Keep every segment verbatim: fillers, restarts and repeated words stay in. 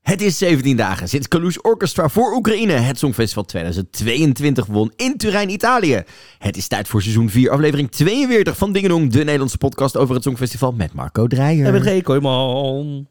Het is zeventien dagen sinds Kalush Orchestra voor Oekraïne het Songfestival tweeduizend tweeëntwintig won in Turijn, Italië. Het is tijd voor seizoen vier, aflevering tweeënveertig van Dingedong, de Nederlandse podcast over het Songfestival met Marco Dreyer. En met G. Kooijman.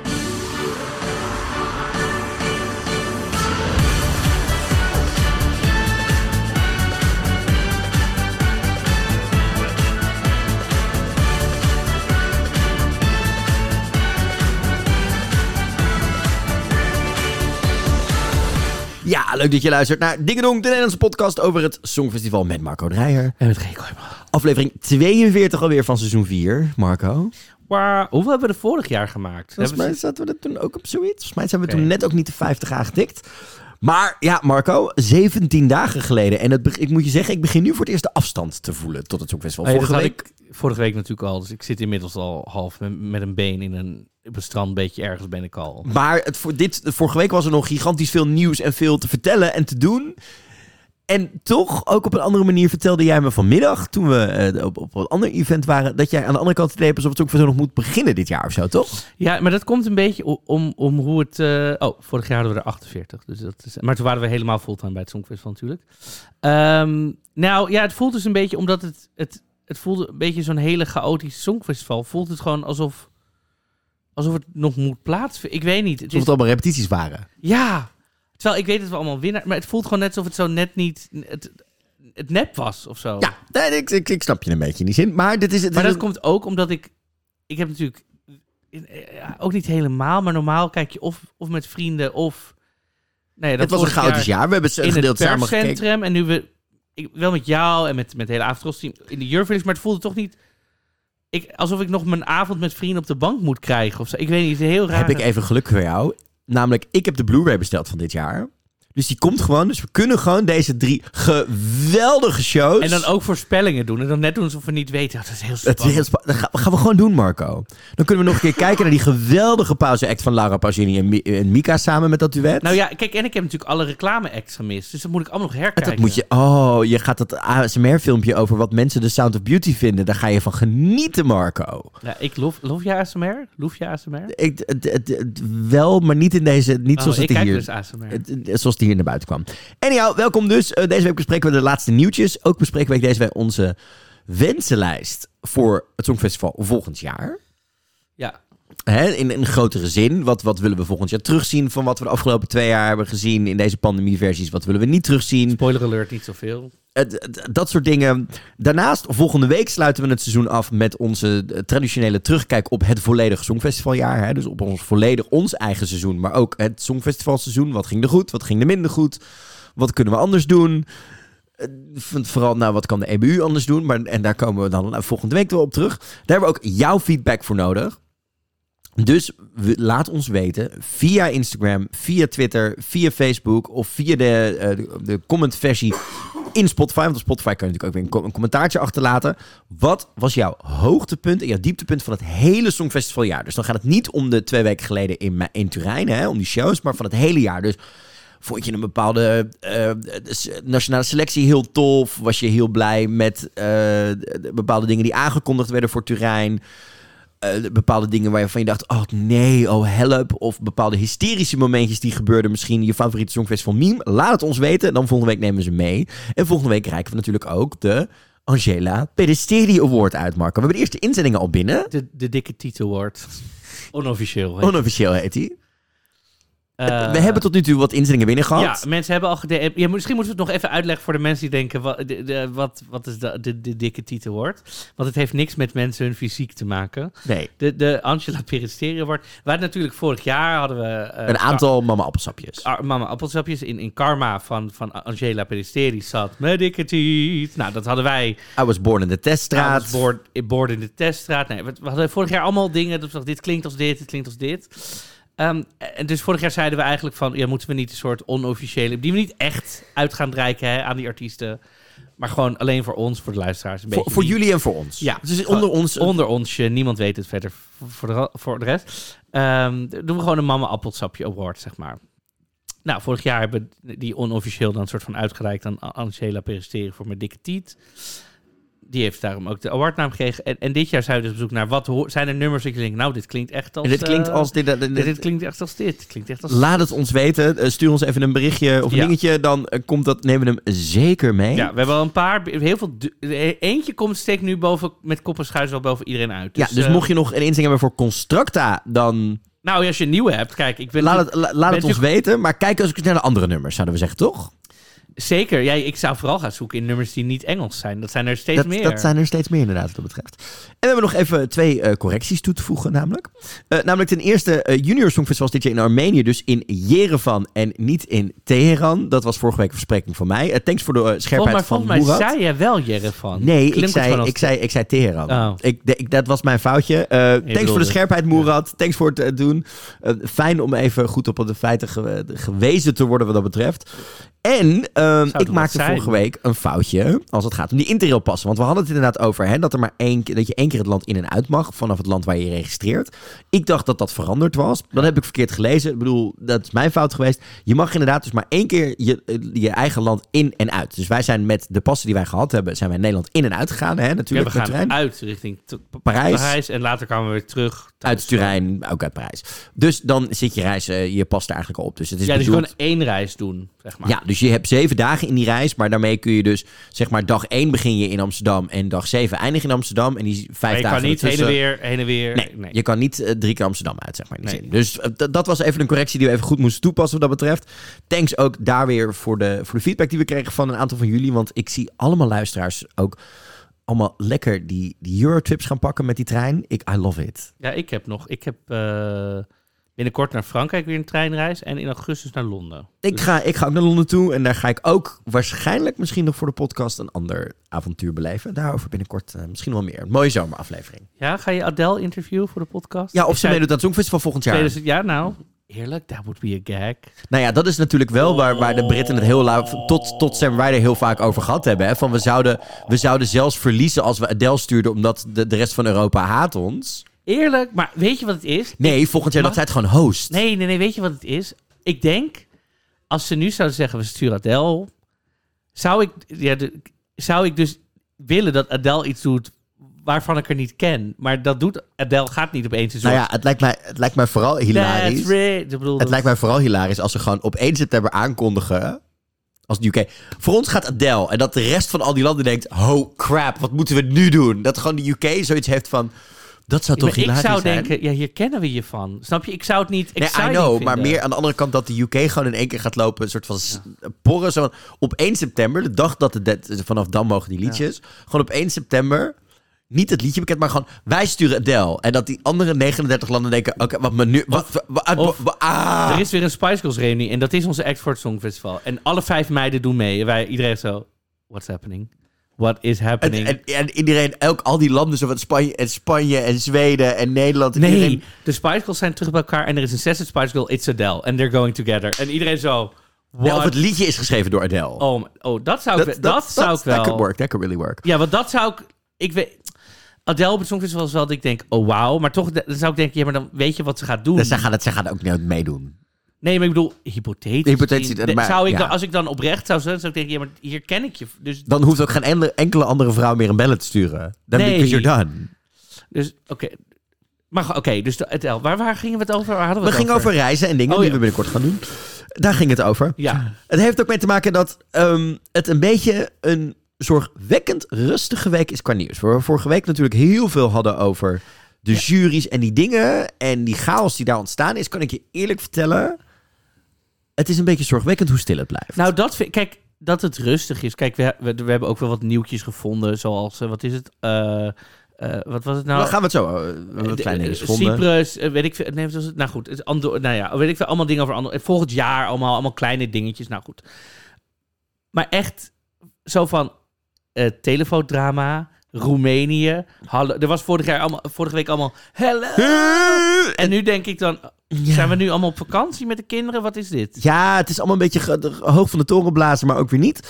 Ja, leuk dat je luistert naar Dingedong, de Nederlandse podcast over het Songfestival met Marco Dreyer. En met G. Kooijman. Aflevering tweeënveertig alweer van seizoen vier, Marco. Maar hoeveel hebben we er vorig jaar gemaakt? Volgens mij zaten we er toen ook op zoiets. Volgens mij zijn we Okay. toen net ook niet de vijftig aangetikt. Maar ja, Marco, zeventien dagen geleden. En het, be- ik moet je zeggen, ik begin nu voor het eerst de afstand te voelen tot het Songfestival. Hey, Vorige dat had week... ik vorige week natuurlijk al. Dus ik zit inmiddels al half met, met een been in een, op een strand. Een beetje ergens ben ik al. Maar het, voor dit, vorige week was er nog gigantisch veel nieuws en veel te vertellen en te doen. En toch, ook op een andere manier vertelde jij me vanmiddag, toen we uh, op, op een ander event waren, dat jij aan de andere kant het idee hebt alsof het Songfestival nog moet beginnen dit jaar of zo, toch? Ja, maar dat komt een beetje om, om, om hoe het... Uh, oh, vorig jaar hadden we er achtenveertig. Dus dat is, maar toen waren we helemaal fulltime bij het Songfestival natuurlijk. Um, nou ja, het voelt dus een beetje, omdat het... het Het voelde een beetje zo'n hele chaotische Songfestival. Voelt het gewoon alsof, alsof het nog moet plaatsvinden. Ik weet niet. Het Alsof is, het allemaal repetities waren. ja, terwijl ik weet dat we allemaal winnen. Maar het voelt gewoon net alsof het zo net niet... Het, het nep was of zo. Ja, nee, ik, ik, ik snap je een beetje in die zin. Maar, dit is, het maar is dat een... komt ook omdat ik... Ik heb natuurlijk... Ja, ook niet helemaal, maar normaal kijk je of, of met vrienden of... Nee, dat het was een chaotisch jaar. jaar. We hebben het in gedeeld het samen gekeken. perscentrum. En nu we... Ik, wel met jou en met, met het hele avondteam in de Eurofinish, maar het voelde toch niet... Ik, alsof ik nog mijn avond met vrienden op de bank moet krijgen of zo. Ik weet niet, het is heel raar. Heb ik even geluk voor jou. Namelijk, ik heb de Blu-ray besteld van dit jaar. Dus die komt gewoon. Dus we kunnen gewoon deze drie geweldige shows... En dan ook voorspellingen doen. En dan net doen alsof we niet weten. Dat is heel Het spannend. is heel spa- dat gaan, gaan we gewoon doen, Marco. Dan kunnen we nog een keer kijken naar die geweldige pauze-act van Laura Pausini en, Mi- en Mika samen met dat duet. Nou ja, kijk, en ik heb natuurlijk alle reclame-acts gemist. Dus dat moet ik allemaal nog herkijken. Dat moet je... Oh, je gaat dat A S M R-filmpje over wat mensen de Sound of Beauty vinden. Daar ga je van genieten, Marco. Ja, ik lof, lof je A S M R? Lof je A S M R? Ik, het, het, het- wel, maar niet in deze... Niet Oh, zoals ik het kijk hier... dus A S M R. Het- het- zoals die hier naar buiten kwam. Anyhow, welkom dus. Uh, deze week bespreken we de laatste nieuwtjes. Ook bespreken we deze week onze wensenlijst voor het Songfestival volgend jaar. Ja. Hè, in een grotere zin. Wat, wat willen we volgend jaar terugzien van wat we de afgelopen twee jaar hebben gezien in deze pandemieversies? Wat willen we niet terugzien? Spoiler alert, niet zoveel. Het, het, dat soort dingen. Daarnaast, volgende week sluiten we het seizoen af met onze uh, traditionele terugkijk op het volledige Songfestivaljaar. Hè? Dus op ons volledig ons eigen seizoen, maar ook het Songfestivalseizoen. Wat ging er goed? Wat ging er minder goed? Wat kunnen we anders doen? Uh, vooral, nou, wat kan de E B U anders doen? Maar, en daar komen we dan uh, volgende week weer op terug. Daar hebben we ook jouw feedback voor nodig. Dus we, laat ons weten via Instagram, via Twitter, via Facebook of via de, uh, de, de commentversie in Spotify. Want op Spotify kan je natuurlijk ook weer een, com- een commentaartje achterlaten. Wat was jouw hoogtepunt en jouw dieptepunt van het hele Songfestivaljaar? Dus dan gaat het niet om de twee weken geleden in, Ma- in Turijn, hè, om die shows, maar van het hele jaar. Dus vond je een bepaalde uh, nationale selectie heel tof? Was je heel blij met uh, de bepaalde dingen die aangekondigd werden voor Turijn? Uh, bepaalde dingen waarvan je dacht, oh nee, oh help. Of bepaalde hysterische momentjes die gebeurden. Misschien je favoriete Songfestival meme. Laat het ons weten. Dan volgende week nemen we ze mee. En volgende week reiken we natuurlijk ook de Angela Pedesteri Award uit, Marco. We hebben de eerste inzendingen al binnen. De, de dikke titel wordt onofficieel. Heet. Onofficieel heet die. Uh, we hebben tot nu toe wat inzendingen binnen gehad. Ja, mensen hebben al gede- ja, misschien moeten we het nog even uitleggen voor de mensen die denken... wat, de, de, wat, wat is de, de, de dikke titel wordt. Want het heeft niks met mensen hun fysiek te maken. Nee. De, de Angela Peristeri Award. We hadden natuurlijk vorig jaar hadden we... Uh, een aantal mama appelsapjes. Ar- mama appelsapjes. In, in Karma van, van Angela Peristeri zat met dikke tiet. Nou, dat hadden wij... I was born in de teststraat. I was born, born in de teststraat. Nee, we, we hadden vorig jaar allemaal dingen... dat we dachten, dit klinkt als dit, dit klinkt als dit... Um, en dus vorig jaar zeiden we eigenlijk van... ja, moeten we niet een soort onofficiële... die we niet echt uit gaan reiken hè, aan die artiesten... maar gewoon alleen voor ons, voor de luisteraars. Een voor beetje voor die, jullie en voor ons. Ja. Dus onder ons... Onder onsje, niemand weet het verder voor de, voor de rest. Um, doen we gewoon een mama appelsapje award, zeg maar. Nou, vorig jaar hebben we die onofficieel dan een soort van uitgereikt... aan Angela Peristeri voor Mijn Dikke Tiet... Die heeft daarom ook de awardnaam gekregen. En, en dit jaar zou je dus op zoek naar wat ho- zijn er nummers dat je denkt, nou, dit klinkt echt als... En dit klinkt uh, als... Dit, dit, dit, dit, dit klinkt echt als dit. Klinkt echt als... Laat het ons weten. Uh, stuur ons even een berichtje of een ja. dingetje. Dan uh, komt dat, nemen we hem zeker mee. Ja, we hebben al een paar... Heel veel... Du- eentje komt steekt nu boven, met kop en schuis wel boven iedereen uit. Dus, ja, dus uh, mocht je nog een inzending hebben voor Constructa, dan... Nou, als je een nieuwe hebt, kijk, ik ben... Laat het, la, laat het ons je... weten. Maar kijk eens naar de andere nummers, zouden we zeggen, toch? Zeker. Ja, ik zou vooral gaan zoeken in nummers die niet Engels zijn. Dat zijn er steeds dat, meer. Dat zijn er steeds meer inderdaad, wat dat betreft. En we hebben nog even twee uh, correcties toe te voegen, namelijk. Uh, namelijk ten eerste, uh, Junior Songfestival dit jaar in Armenië, dus in Yerevan en niet in Teheran. Dat was vorige week een verspreking van mij. Uh, thanks voor de uh, scherpheid oh, van Moerad. Moerad. Maar zei jij wel Yerevan? Nee, Klinkt ik zei, als... ik, zei, ik zei Teheran. Oh. Ik, de, ik, dat was mijn foutje. Uh, thanks bedoelde... voor de scherpheid, Moerad. Ja. Thanks voor het uh, doen. Uh, fijn om even goed op de feiten ge- gewezen te worden wat dat betreft. En uh, ik maakte vorige week een foutje als het gaat om die interrailpassen. Want we hadden het inderdaad over hè, dat, er maar één, dat je één keer het land in en uit mag vanaf het land waar je je registreert. Ik dacht dat dat veranderd was. Dan heb ik verkeerd gelezen. Ik bedoel, dat is mijn fout geweest. Je mag inderdaad dus maar één keer je, je eigen land in en uit. Dus wij zijn met de passen die wij gehad hebben, zijn wij Nederland in en uit gegaan. Hè, natuurlijk. Ja, we gaan uit richting t- Parijs. Parijs. En later komen we weer terug. Uit Turijn, ook uit Parijs. Dus dan zit je reis, uh, je past er eigenlijk al op. Dus het is ja, dus bedoeld... je kan één reis doen, zeg maar. Ja, dus je hebt zeven dagen in die reis. Maar daarmee kun je dus, zeg maar, dag één begin je in Amsterdam en dag zeven eindig in Amsterdam. En die vijf maar je dagen kan niet ertussen... heen en weer, heen en weer. Nee, nee. je kan niet uh, drie keer Amsterdam uit, zeg maar. In die Nee. zin. Dus uh, d- dat was even een correctie die we even goed moesten toepassen wat dat betreft. Thanks ook daar weer voor de, voor de feedback die we kregen van een aantal van jullie. Want ik zie allemaal luisteraars ook allemaal lekker die, die Eurotrips gaan pakken met die trein. Ik, I love it. Ja, ik heb nog... Ik heb uh, binnenkort naar Frankrijk weer een treinreis. En in augustus naar Londen. Ik, Dus... ga, ik ga ook naar Londen toe. En daar ga ik ook waarschijnlijk misschien nog voor de podcast een ander avontuur beleven. Daarover binnenkort uh, misschien wel meer. Een mooie zomeraflevering. Ja, ga je Adele interviewen voor de podcast? Ja, of Ik ze zei... meedoet aan het Songfestival volgend jaar. tweeduizend Ja, nou... Eerlijk, that would be a gag. Nou ja, dat is natuurlijk wel waar, waar de Britten het heel laat tot, tot Sam Ryder heel vaak over gehad hebben. Hè? Van we zouden, we zouden zelfs verliezen als we Adele stuurden, omdat de, de rest van Europa haat ons. Eerlijk, maar weet je wat het is? Nee, ik, volgend jaar mag... dat zij het gewoon host. Nee, nee, nee, weet je wat het is? Ik denk, als ze nu zouden zeggen, we sturen Adele, zou ik, ja, de, zou ik dus willen dat Adele iets doet waarvan ik er niet ken. Maar dat doet Adele gaat niet opeens een soort... Nou ja, het lijkt mij, het lijkt mij vooral hilarisch. That's right. Ik bedoel, Het dat... lijkt mij vooral hilarisch als ze gewoon op één september aankondigen als de U K. Voor ons gaat Adele en dat de rest van al die landen denkt, oh crap, wat moeten we nu doen? Dat gewoon de U K zoiets heeft van, dat zou Ja, toch hilarisch zijn? Ik zou denken, ja, hier kennen we je van. Snap je? Ik zou het niet Nee, I know, maar meer aan de andere kant dat de U K gewoon in één keer gaat lopen, een soort van ja. porren. Zo op één september, de dag dat het, vanaf dan mogen die liedjes, ja. gewoon op één september, niet het liedje bekend, maar gewoon, wij sturen Adele. En dat die andere negenendertig landen denken, oké, okay, wat me nu... Wat, of, wat, wat, of, wat, ah. Er is weer een Spice Girls reunie en dat is onze act voor het Songfestival. En alle vijf meiden doen mee. En wij, iedereen zo, what's happening? What is happening? En, en, en iedereen, elk, al die landen, zo van Spanje en Spanje en Zweden en Nederland. En nee, iedereen... de Spice Girls zijn terug bij elkaar en er is een zesde Spice Girl, It's Adele. And they're going together. En iedereen zo... Nee, of het liedje is geschreven door Adele. Oh, oh dat zou ik, dat, dat, dat zou ik wel... That could work, that could really work. Ja, want dat zou ik... Ik weet... Adele op het Songfestival is wel dat ik denk, oh wauw. Maar toch dan zou ik denken, ja, maar dan weet je wat ze gaat doen. Dus zij gaat het, zij gaat ook niet meedoen. Nee, maar ik bedoel, hypothetisch. Hypothetisch de, maar, zou ik ja. dan, als ik dan oprecht zou zijn, zou ik denken, ja, maar hier ken ik je. Dus, dan hoeft ook geen enkele andere vrouw meer een bellen te sturen. Dan nee. because you're done. Dus, oké. Okay. Maar oké, okay, dus de, Adele, waar, waar gingen we het over? Waar hadden we, we het gingen over? over reizen en dingen oh, die ja. we binnenkort gaan doen. Daar ging het over. Ja. Het heeft ook mee te maken dat um, het een beetje een zorgwekkend rustige week is qua nieuws. Waar we vorige week natuurlijk heel veel hadden over de ja. juries en die dingen en die chaos die daar ontstaan is, kan ik je eerlijk vertellen, het is een beetje zorgwekkend hoe stil het blijft. Nou, dat vind, kijk, dat het rustig is. Kijk, we, we, we hebben ook wel wat nieuwtjes gevonden, zoals, uh, wat is het? Uh, uh, wat was het nou? Dan gaan we het zo. Uh, wat kleine dingen gevonden. Cyprus, uh, weet ik veel. Nee, was het, nou goed, het Andor, nou ja, weet ik veel. Allemaal dingen over Andor. Volgend jaar allemaal, allemaal kleine dingetjes. Nou goed. Maar echt zo van uh, telefoondrama, Roemenië. Hallo, er was vorig jaar allemaal, vorige week allemaal hello. En nu denk ik dan, ja. zijn we nu allemaal op vakantie met de kinderen? Wat is dit? Ja, het is allemaal een beetje ge- hoog van de toren blazen, maar ook weer niet.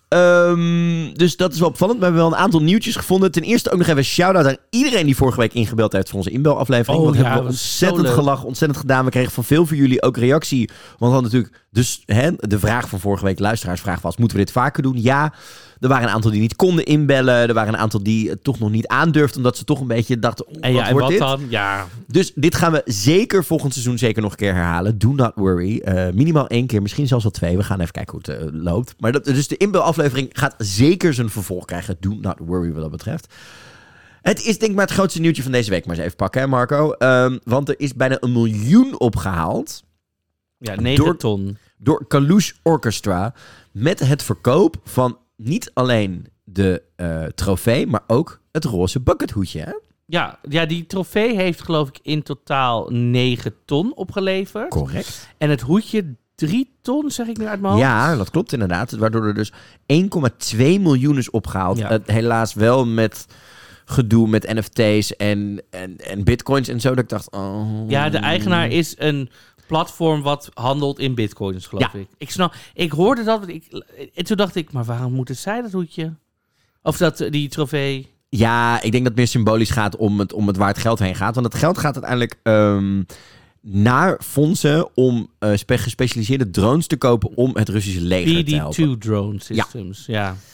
Um, dus dat is wel opvallend. We hebben wel een aantal nieuwtjes gevonden. Ten eerste ook nog even shout-out aan iedereen die vorige week ingebeld heeft voor onze inbelaflevering. Oh, Want ja, hebben we ontzettend gelachen, ontzettend gedaan. We kregen van veel van jullie ook reactie. Want we hadden natuurlijk Dus hè, de vraag van vorige week, de luisteraarsvraag was, moeten we dit vaker doen? Ja, er waren een aantal die niet konden inbellen. Er waren een aantal die het toch nog niet aandurfden, omdat ze toch een beetje dachten, oh, En ja, wat en wordt wat dit? dan? Ja. Dus dit gaan we zeker volgend seizoen zeker nog een keer herhalen. Do not worry. Uh, minimaal één keer, misschien zelfs wel twee. We gaan even kijken hoe het uh, loopt. Maar dat, dus de inbelaflevering gaat zeker zijn vervolg krijgen. Do not worry wat dat betreft. Het is denk ik maar het grootste nieuwtje van deze week. Maar eens even pakken, hè Marco. Um, want er is bijna een miljoen opgehaald. Ja, negen door, ton. Door Kalush Orchestra. Met het verkoop van niet alleen de uh, trofee, maar ook het roze buckethoedje. Hè? Ja, ja, die trofee heeft geloof ik in totaal negen ton opgeleverd. Correct. En het hoedje drie ton, zeg ik nu uit mijn hoofd. Ja, dat klopt inderdaad. Waardoor er dus één komma twee miljoen is opgehaald. Ja. Uh, helaas wel met gedoe met N F T's en, en, en bitcoins en zo. Dat ik dacht, oh... Ja, de eigenaar is een platform wat handelt in bitcoins, geloof Ja. ik. Ik, snap, ik hoorde dat ik, en toen dacht ik, maar waarom moeten zij dat hoedje? Of dat, die trofee... Ja, ik denk dat het meer symbolisch gaat om het, om het waar het geld heen gaat. Want het geld gaat uiteindelijk um, naar fondsen om uh, spe- gespecialiseerde drones te kopen om het Russische leger B te D helpen. twee drone systems, ja. ja.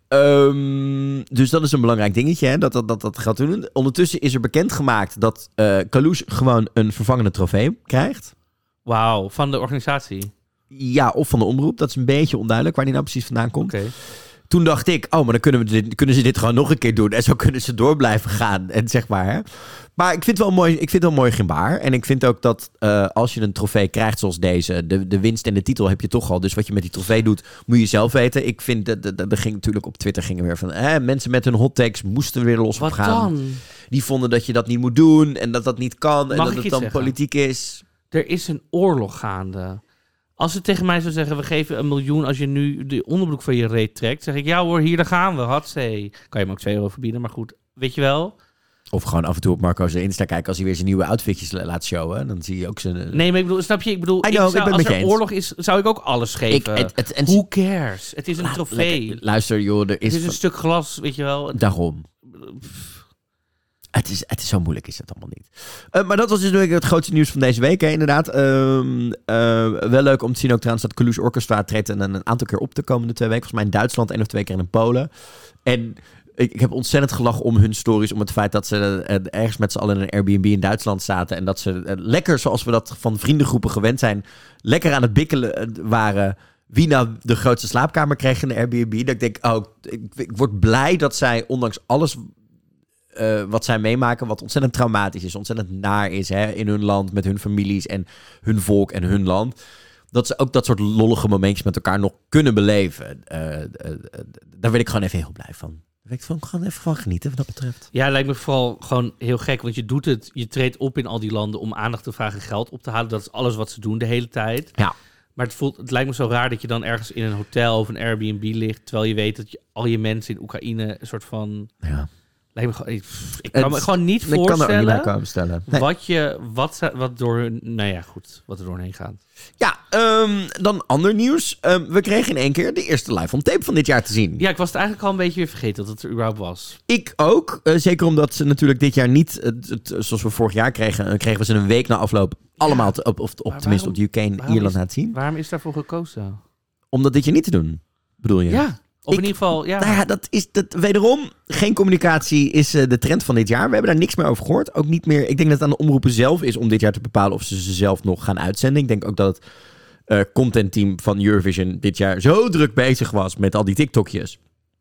Um, dus dat is een belangrijk dingetje, hè, dat, dat, dat, dat gaat doen. Ondertussen is er bekendgemaakt dat uh, Kalush gewoon een vervangende trofee krijgt. Wauw, van de organisatie. Ja, of van de omroep. Dat is een beetje onduidelijk waar die nou precies vandaan komt. Oké. Okay. Toen dacht ik, oh, maar dan kunnen, we dit, kunnen ze dit gewoon nog een keer doen. En zo kunnen ze door blijven gaan. En zeg maar, hè. Maar ik vind het wel mooi, ik vind het wel mooi gebaar. En ik vind ook dat uh, als je een trofee krijgt zoals deze, de, de winst en de titel heb je toch al. Dus wat je met die trofee doet, moet je zelf weten. Ik vind, dat er ging natuurlijk op Twitter gingen weer van, eh, mensen met hun hot takes moesten weer los wat op gaan. Dan? Die vonden dat je dat niet moet doen en dat dat niet kan. En Mag dat ik het dan zeggen? politiek is. Er is een oorlog gaande. Als ze tegen mij zou zeggen, we geven een miljoen als je nu de onderbroek van je reet trekt, zeg ik, ja hoor, hier daar gaan we, hatsé. Kan je me ook twee euro verbieden, maar goed, weet je wel. Of gewoon af en toe op Marco's Insta kijken als hij weer zijn nieuwe outfitjes laat showen. Dan zie je ook zijn... Uh... Nee, maar ik bedoel, snap je, ik bedoel, I know, ik zou, ik ben als met je er eens. oorlog is, zou ik ook alles geven. Ik, het, het, en... Who cares? Het is een Laat, trofee. lekker, luister joh, er is... Het is een van... stuk glas, weet je wel. Daarom. Het is, het is zo moeilijk, is het allemaal niet. Uh, maar dat was dus natuurlijk het grootste nieuws van deze week, hè, inderdaad. Uh, uh, wel leuk om te zien ook trouwens dat Kalush Orchestra treedt een, een aantal keer op de komende twee weken. Volgens mij in Duitsland, één of twee keer in Polen. En ik, ik heb ontzettend gelachen om hun stories, om het feit dat ze uh, ergens met z'n allen in een Airbnb in Duitsland zaten. En dat ze uh, lekker, zoals we dat van vriendengroepen gewend zijn, lekker aan het bikkelen uh, waren. Wie nou de grootste slaapkamer kreeg in de Airbnb. Dat ik denk, oh, ik, ik word blij dat zij, ondanks alles... Uh, wat zij meemaken, wat ontzettend traumatisch is, ontzettend naar is, hè, in hun land, met hun families en hun volk en hun land, dat ze ook dat soort lollige momentjes met elkaar nog kunnen beleven. Uh, uh, uh, daar werd ik gewoon even heel blij van. Daar werd ik van, gewoon even van genieten, wat dat betreft. Ja, het lijkt me vooral gewoon heel gek, want je doet het, je treedt op in al die landen om aandacht te vragen, geld op te halen. Dat is alles wat ze doen de hele tijd. Ja. Maar het, voelt, het lijkt me zo raar dat je dan ergens in een hotel of een Airbnb ligt, terwijl je weet dat je al je mensen in Oekraïne een soort van... Ja. Lijkt me gewoon, ik, ik kan het, me gewoon niet ik kan voorstellen er ook niet bij komen stellen. Nee. wat, je, wat, wat door hun... Nou ja, goed, wat er doorheen gaat. Ja, um, dan ander nieuws. Um, we kregen in één keer de eerste live on tape van dit jaar te zien. Ja, ik was het eigenlijk al een beetje weer vergeten dat het er überhaupt was. Ik ook. Uh, zeker omdat ze natuurlijk dit jaar niet, uh, het, zoals we vorig jaar kregen, uh, kregen we ze een week na afloop allemaal, te, op, of, op, Maar tenminste waarom, op de U K en waarom Ierland is, laten zien. Waarom is daarvoor gekozen? Om dat dit jaar niet te doen, bedoel je? Ja, of Ik- in ieder geval... Ja. Nou ja, dat is dat, wederom, geen communicatie is uh, de trend van dit jaar. We hebben daar niks meer over gehoord. Ook niet meer, ik denk dat het aan de omroepen zelf is om dit jaar te bepalen of ze ze zelf nog gaan uitzenden. Ik denk ook dat het uh, contentteam van Eurovision dit jaar zo druk bezig was met al die TikTokjes,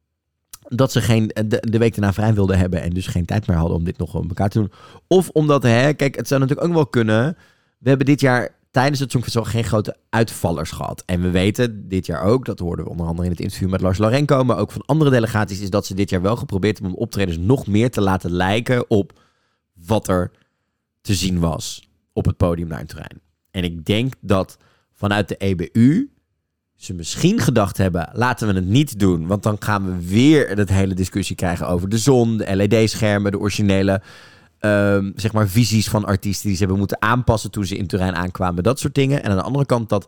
dat ze geen, de, de week daarna vrij wilden hebben en dus geen tijd meer hadden om dit nog op elkaar te doen. Of omdat, hè, kijk, het zou natuurlijk ook wel kunnen. We hebben dit jaar tijdens het Songfestival geen grote uitvallers gehad. En we weten dit jaar ook, dat hoorden we onder andere in het interview met Lars Larenko, maar ook van andere delegaties, is dat ze dit jaar wel geprobeerd hebben om optredens nog meer te laten lijken op wat er te zien was op het podium naar een terrein. En ik denk dat vanuit de E B U ze misschien gedacht hebben, laten we het niet doen, want dan gaan we weer dat hele discussie krijgen over de zon, de L E D-schermen, de originele Um, zeg maar visies van artiesten die ze hebben moeten aanpassen toen ze in Turijn aankwamen. Dat soort dingen. En aan de andere kant dat,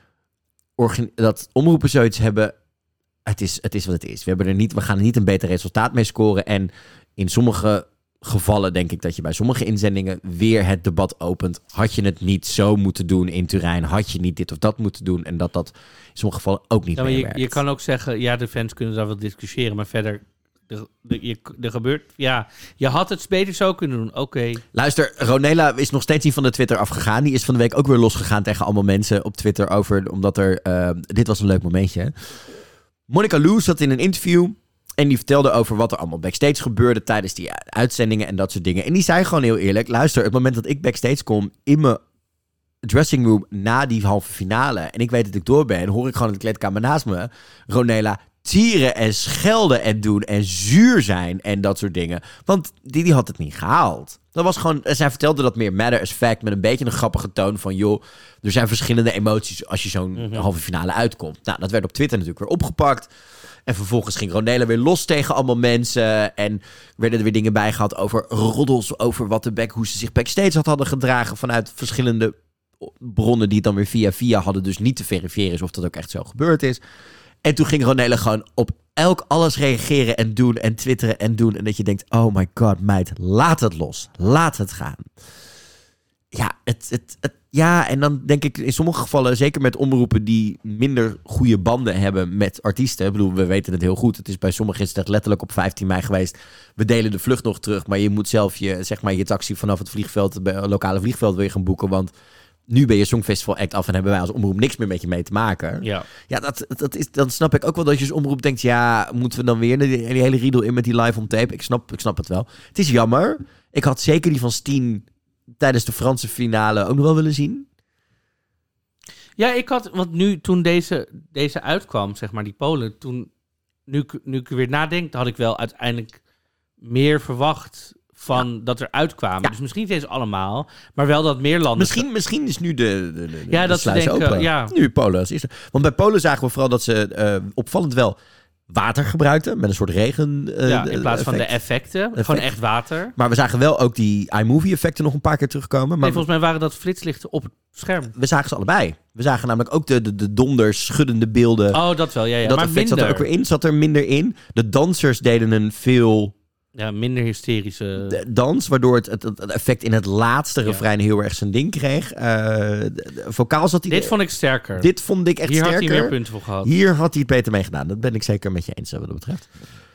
organ- dat omroepen zoiets hebben. Het is, het is wat het is. We, hebben er niet, we gaan er niet een beter resultaat mee scoren. En in sommige gevallen denk ik dat je bij sommige inzendingen weer het debat opent. Had je het niet zo moeten doen in Turijn? Had je niet dit of dat moeten doen? En dat dat in sommige gevallen ook niet Ja, maar meewerkt. je, je kan ook zeggen, ja, de fans kunnen daar wel discussiëren, maar verder, er, er, je, er gebeurt, ja, je had het beter zo kunnen doen, oké. Okay. Luister, Ronela is nog steeds niet van de Twitter afgegaan. Die is van de week ook weer losgegaan tegen allemaal mensen op Twitter over, omdat er, uh, dit was een leuk momentje. Hè? Monica Lou zat in een interview en die vertelde over wat er allemaal backstage gebeurde tijdens die uitzendingen en dat soort dingen. En die zei gewoon heel eerlijk, luister, het moment dat ik backstage kom in mijn dressing room na die halve finale en ik weet dat ik door ben, hoor ik gewoon in de kleedkamer naast me Ronela tieren en schelden en doen en zuur zijn en dat soort dingen. Want die, die had het niet gehaald. Dat was gewoon, zij vertelde dat meer matter as fact met een beetje een grappige toon van joh, er zijn verschillende emoties als je zo'n mm-hmm. halve finale uitkomt. Nou, dat werd op Twitter natuurlijk weer opgepakt. En vervolgens ging Ronela weer los tegen allemaal mensen. En werden er weer dingen bijgehaald over roddels, over wat de back, hoe ze zich backstage had hadden gedragen vanuit verschillende bronnen die het dan weer via via hadden, dus niet te verifiëren is of dat ook echt zo gebeurd is. En toen ging Ronela gewoon op elk alles reageren en doen en twitteren en doen. En dat je denkt, oh my god, meid, laat het los. Laat het gaan. Ja, het, het, het, ja, en dan denk ik in sommige gevallen, zeker met omroepen die minder goede banden hebben met artiesten. Ik bedoel, we weten het heel goed. Het is bij sommigen is het letterlijk op vijftien mei geweest. We delen de vlucht nog terug, maar je moet zelf je, zeg maar, je taxi vanaf het vliegveld, bij een lokale vliegveld wil je gaan boeken, want nu ben je Songfestival act af en hebben wij als omroep niks meer met je mee te maken. Ja, ja dat, dat is, dan snap ik ook wel dat je als omroep denkt, ja, moeten we dan weer die, die hele riedel in met die live on tape? Ik snap, ik snap het wel. Het is jammer. Ik had zeker die van Steen tijdens de Franse finale ook nog wel willen zien. Ja, ik had, want nu toen deze, deze uitkwam, zeg maar, die Polen, toen, nu, nu ik er weer nadenk, had ik wel uiteindelijk meer verwacht van ja. dat er uitkwamen. Ja. Dus misschien niet eens allemaal, maar wel dat meer landen. Misschien, misschien is nu de, de, de, ja, de dat sluis denken, open. Ja. Nu Polen als eerste. Want bij Polen zagen we vooral dat ze uh, opvallend wel water gebruikten met een soort regen. Uh, ja, in plaats effect. van de effecten. Effect. Gewoon echt water. Maar we zagen wel ook die iMovie effecten nog een paar keer terugkomen. Maar nee, volgens mij waren dat flitslichten op het scherm. We zagen ze allebei. We zagen namelijk ook de, de, de donders, schuddende beelden. Oh, dat wel, ja. ja. Dat maar effect minder. zat er ook weer in, zat er minder in. De dansers deden een veel ja, minder hysterische dans, waardoor het, het, het effect in het laatste ja. refrein heel erg zijn ding kreeg. Uh, de, de vocaal zat hij. Dit vond ik sterker. Dit vond ik echt Hier sterker. Hier had hij meer punten voor gehad. Hier had hij het beter mee gedaan. Dat ben ik zeker met je eens wat dat betreft.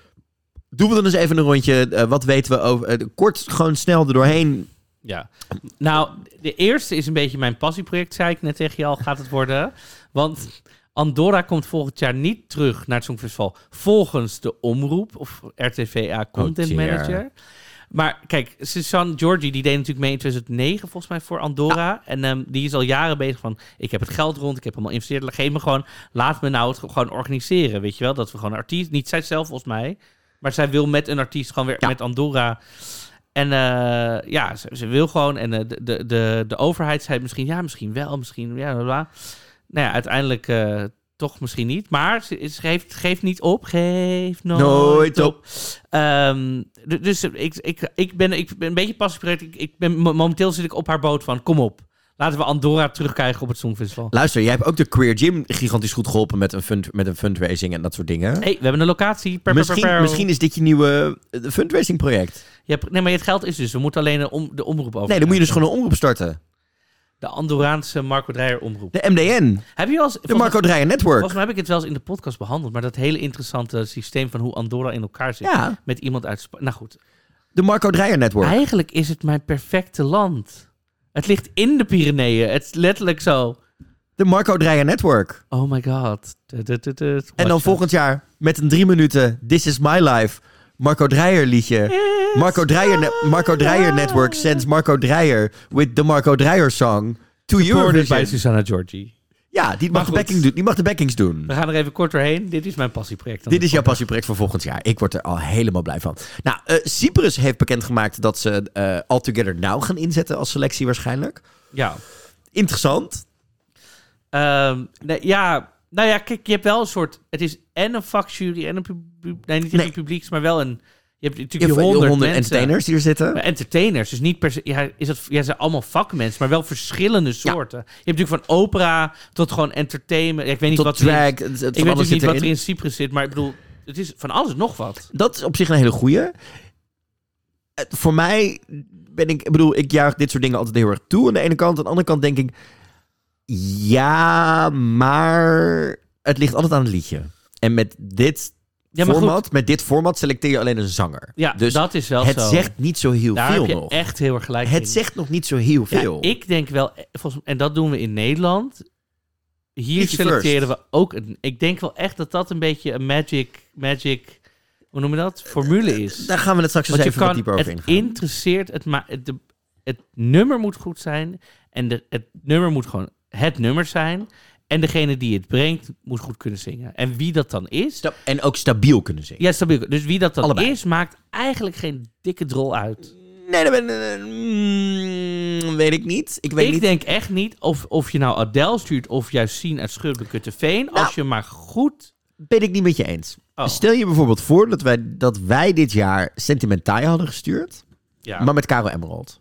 Doen we dan eens even een rondje. Uh, wat weten we over... Uh, kort, gewoon snel er doorheen. Ja. Nou, de eerste is een beetje mijn passieproject, zei ik net tegen je al, gaat het worden. Want Andorra komt volgend jaar niet terug naar het Songfestival volgens de omroep of R T V A Content oh, Manager. Maar kijk, Suzanne Georgie, die deed natuurlijk mee in twintig negen volgens mij voor Andorra. Ja. En um, die is al jaren bezig van, ik heb het geld rond, ik heb allemaal investeerd. Geef me gewoon, laat me nou het gewoon organiseren, weet je wel. Dat we gewoon een artiest, niet zij zelf volgens mij, maar zij wil met een artiest gewoon weer ja. met Andorra. En uh, ja, ze, ze wil gewoon, en uh, de, de, de, de overheid zei misschien, ja, misschien wel, misschien, ja, bla, bla. Nou ja, uiteindelijk uh, toch misschien niet. Maar ze, ze geeft, geeft niet op. Geef nooit, nooit op. op. Um, dus ik, ik, ik, ben, ik ben een beetje passieproject. Ik, ik ben, momenteel zit ik op haar boot van, kom op. Laten we Andorra terugkrijgen op het Songfestival. Luister, jij hebt ook de Queer Gym gigantisch goed geholpen met een, fund, met een fundraising en dat soort dingen. Hey, we hebben een locatie. Per, misschien, per, per, per. misschien is dit je nieuwe fundraising project. Ja, nee, maar het geld is dus. We moeten alleen om, de omroep over. Nee, dan moet je dus gewoon een omroep starten. De Andorraanse Marco Dreyer omroep. De M D N. Heb je al eens, de Marco Dreyer Network. Volgens mij heb ik het wel eens in de podcast behandeld. Maar dat hele interessante systeem van hoe Andorra in elkaar zit. Ja. Met iemand uit Spanje. Nou goed. De Marco Dreyer Network. Eigenlijk is het mijn perfecte land. Het ligt in de Pyreneeën. Het is letterlijk zo. De Marco Dreyer Network. Oh my god. En dan volgend jaar met een drie minuten This is my life. Marco Dreyer liedje. Marco Dreyer, ne- Marco Dreyer Network sends Marco Dreyer with the Marco Dreyer song to you. Bij Susanna Georgie. Ja, die mag, de backing doen, die mag de backings doen. We gaan er even kort doorheen. Dit is mijn passieproject. Dit is jouw passieproject voor volgend jaar. Ik word er al helemaal blij van. Nou, uh, Cyprus heeft bekendgemaakt dat ze uh, All Together Now gaan inzetten als selectie waarschijnlijk. Ja. Interessant. Um, nee, ja, nou ja, kijk, je hebt wel een soort... Het is en een vakjury en een publiek... Nee, niet een nee. publieks, maar wel een... Je hebt natuurlijk je honderd, honderd entertainers die er zitten. Maar entertainers, dus niet per se... Ja, is dat, ja, ze zijn allemaal vakmensen, maar wel verschillende soorten. Ja. Je hebt natuurlijk van opera tot gewoon entertainment. Ja, ik weet niet tot wat drag. Er in, het, het ik weet natuurlijk niet wat er in Cyprus zit, maar ik bedoel... Het is van alles nog wat. Dat is op zich een hele goeie. Voor mij ben ik... Ik bedoel, ik juich dit soort dingen altijd heel erg toe aan de ene kant. Aan de andere kant denk ik... Ja, maar... Het ligt altijd aan het liedje. En met dit... Ja, format, goed. Met dit format selecteer je alleen een zanger. Ja, dus dat is wel het zo. Het zegt niet zo heel Daar veel heb je nog. echt heel erg gelijk Het in. zegt nog niet zo heel veel. Ja, ik denk wel, en dat doen we in Nederland. Hier Easy selecteren first. we ook. Een, ik denk wel echt dat dat een beetje een magic, magic, hoe noem je dat? Formule is. Daar gaan we het straks eens even kan, wat dieper over ingaan. Het interesseert, het, ma- het, de, het nummer moet goed zijn. En de, het nummer moet gewoon het nummer zijn. En degene die het brengt, moet goed kunnen zingen. En wie dat dan is... Sta- en ook stabiel kunnen zingen. Ja, stabiel. Dus wie dat dan Allebei. is, maakt eigenlijk geen dikke drol uit. Nee, dat ben, uh, mm, weet ik niet. Ik, weet ik niet. denk echt niet of, of je nou Adele stuurt of juist Sien uit Schurbenkutteveen. Nou, als je maar goed... Ben ik niet met je eens. Oh. Stel je bijvoorbeeld voor dat wij, dat wij dit jaar Sentimentai hadden gestuurd. Ja. Maar met Caro Emerald.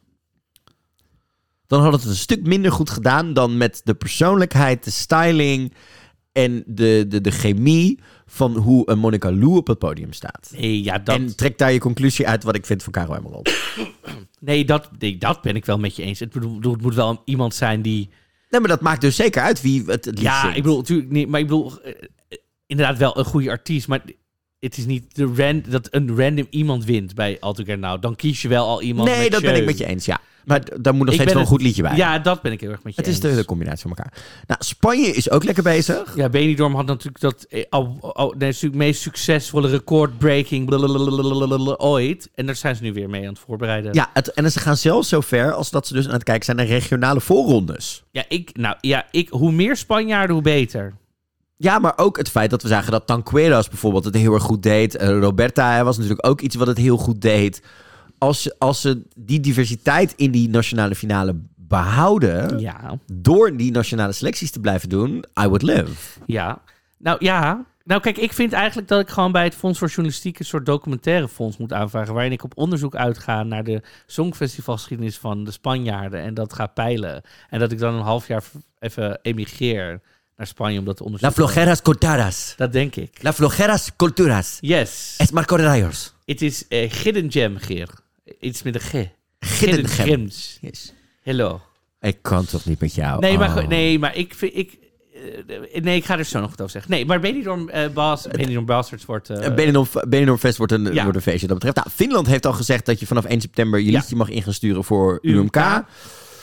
Dan had het een stuk minder goed gedaan dan met de persoonlijkheid, de styling en de, de, de chemie van hoe een Monica Lou op het podium staat. Nee, ja, dat... En trek daar je conclusie uit wat ik vind van Caro Emerald. Nee, dat, nee, dat ben ik wel met je eens. Het, bedoel, het moet wel iemand zijn die... Nee, maar dat maakt dus zeker uit wie het, het lied Ja, zingt. ik bedoel natuurlijk niet, maar ik bedoel uh, inderdaad wel een goede artiest, maar het is niet de ran, dat een random iemand wint bij All Together Now. Dan kies je wel al iemand Nee, met dat show. ben ik met je eens, ja. Maar daar moet nog Ik steeds ben wel een het- goed liedje bij. Ja, dat ben ik heel erg met je Het is eens. de, de combinatie van elkaar. Nou, Spanje is ook lekker bezig. Ja, Benidorm had natuurlijk dat eh, oh, oh, nee, het meest succesvolle record-breaking blablabla ooit. En daar zijn ze nu weer mee aan het voorbereiden. Ja, het, en ze gaan zelfs zo ver als dat ze dus aan het kijken zijn naar regionale voorrondes. Ja, ik, nou, ja ik, hoe meer Spanjaarden, hoe beter. Ja, maar ook het feit dat we zagen dat Tanqueras bijvoorbeeld het heel erg goed deed. Uh, Roberta was natuurlijk ook iets wat het heel goed deed. Als, ze- als ze die diversiteit in die nationale finale behouden... Ja, door die nationale selecties te blijven doen, I would live. ja. Nou ja, nou kijk, ik vind eigenlijk dat ik gewoon bij het Fonds voor Journalistiek een soort documentaire fonds moet aanvragen, waarin ik op onderzoek uitga naar de songfestivalgeschiedenis van de Spanjaarden en dat ga peilen. En dat ik dan een half jaar even emigreer naar Spanje om dat te La onderzoeken. flojeras culturas. Dat denk ik. La flojeras culturas. Yes. Es Marco Rayos. Het is uh, Hidden Gem, Geer. Iets met een G. Hidden Gem. Gems. Yes. Hello. Ik kan toch niet met jou? Nee, maar, Oh. go- nee, maar ik vind... Ik, eh, nee, ik ga er zo nog wat over zeggen. Nee, maar Benidorm, uh, Bas, Benidorm Bastards wordt... Uh, Uh, Benidorm, Benidorm Fest wordt een, Ja. wordt een feestje dat betreft. Nou, Finland heeft al gezegd dat je vanaf één september je Ja. liedje mag in gaan sturen voor U M K. U M K.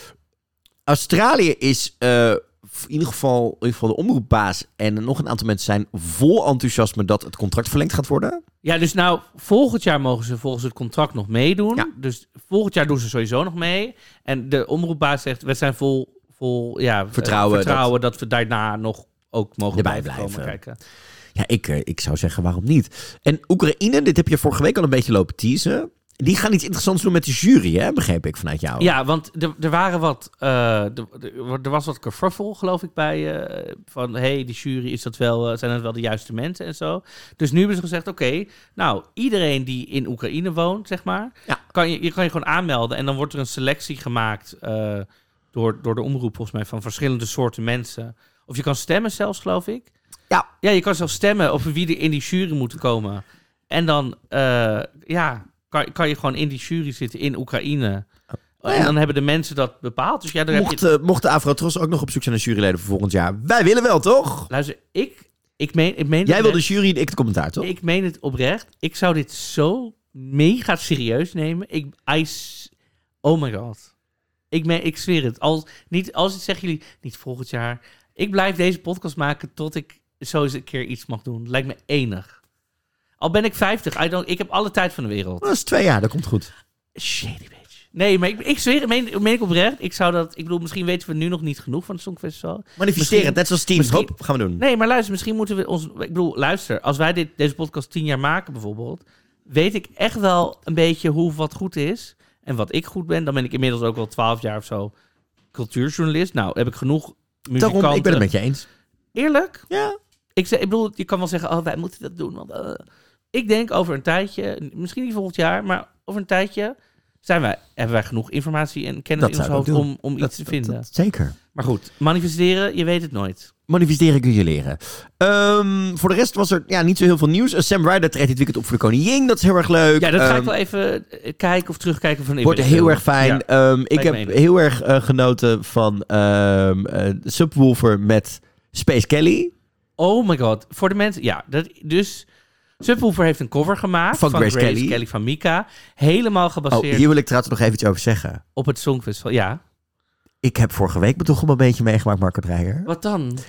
Australië is uh, in ieder geval, in ieder geval de omroepbaas en nog een aantal mensen zijn vol enthousiasme dat het contract verlengd gaat worden. Ja, dus nou, volgend jaar mogen ze volgens het contract nog meedoen. Ja. Dus volgend jaar doen ze sowieso nog mee. En de omroepbaas zegt, we zijn vol, vol ja, Vertrouwen eh, vertrouwen dat... we daarna nog ook mogen Erbij blijven komen blijven. kijken. Ja, ik, uh, ik zou zeggen, waarom niet? En Oekraïne, dit heb je vorige week al een beetje lopen teasen. Die gaan iets interessants doen met de jury, hè? Begreep ik vanuit jou. Ja, want er, er waren wat, uh, er, er was wat kerfuffle, geloof ik, bij uh, van, hey, die jury, is dat wel, uh, zijn dat wel de juiste mensen en zo. Dus nu hebben ze gezegd, oké, okay, nou, iedereen die in Oekraïne woont, zeg maar, Ja. kan je, je kan je gewoon aanmelden en dan wordt er een selectie gemaakt uh, door, door de omroep, volgens mij, van verschillende soorten mensen. Of je kan stemmen zelfs, geloof ik. Ja. Ja, je kan zelfs stemmen over wie er in die jury moet komen. En dan, uh, ja... Kan, kan je gewoon in die jury zitten in Oekraïne. Oh, ja. En dan hebben de mensen dat bepaald. Dus ja, daar Mocht, heb je... uh, mocht de Afro-Tros ook nog op zoek zijn naar juryleden voor volgend jaar? Wij willen wel, toch? Luister, ik, ik meen... Ik meen Jij wil de net, jury en ik het commentaar, toch? Ik meen het oprecht. Ik zou dit zo mega serieus nemen. Ik... I, oh my god. Ik, meen, ik zweer het. Als, niet, als het zeggen jullie, niet volgend jaar. Ik blijf deze podcast maken tot ik zo eens een keer iets mag doen. Lijkt me enig. Al ben ik vijftig, I don't, ik heb alle tijd van de wereld. Dat is twee jaar, dat komt goed. Shady bitch. Nee, maar ik, ik zweer, meen, meen ik oprecht. Ik zou dat, ik bedoel, misschien weten we nu nog niet genoeg van het Songfestival. Manifesteren, het, net zoals Team misschien- Hoop, gaan we doen. Nee, maar luister, misschien moeten we ons... Ik bedoel, luister, als wij dit, deze podcast tien jaar maken bijvoorbeeld, weet ik echt wel een beetje hoe wat goed is en wat ik goed ben. Dan ben ik inmiddels ook wel twaalf jaar of zo cultuurjournalist. Nou, heb ik genoeg muzikanten. Daarom, ik ben het met je eens. Eerlijk? Ja. Ik, zeg, ik bedoel, je kan wel zeggen, oh, wij moeten dat doen. Want, uh, ik denk over een tijdje, misschien niet volgend jaar, maar over een tijdje zijn wij, hebben wij genoeg informatie en kennis Dat in ons zouden hoofd we om, om Dat- iets te dat- vinden. dat- zeker. Maar goed, manifesteren, je weet het nooit. Manifesteren kun je leren. Um, voor de rest was er ja, niet zo heel veel nieuws. Uh, Sam Ryder treedt dit weekend op voor de Koningin. Dat is heel erg leuk. Ja, dat ga um, ik wel even kijken of terugkijken. Van wordt heel erg fijn. Ja, um, ik heb me heel erg uh, genoten van um, uh, Subwoofer met Space Kelly. Oh my god. Voor de mensen... Ja, dat, dus... Subwoofer heeft een cover gemaakt van, van Grace, Grace Kelly. Kelly van Mika. Helemaal gebaseerd... Oh, hier wil ik trouwens nog even iets over zeggen. Op het Songfestival, ja. Ik heb vorige week me toch wel een beetje meegemaakt, Marco Dreyer. Wat dan?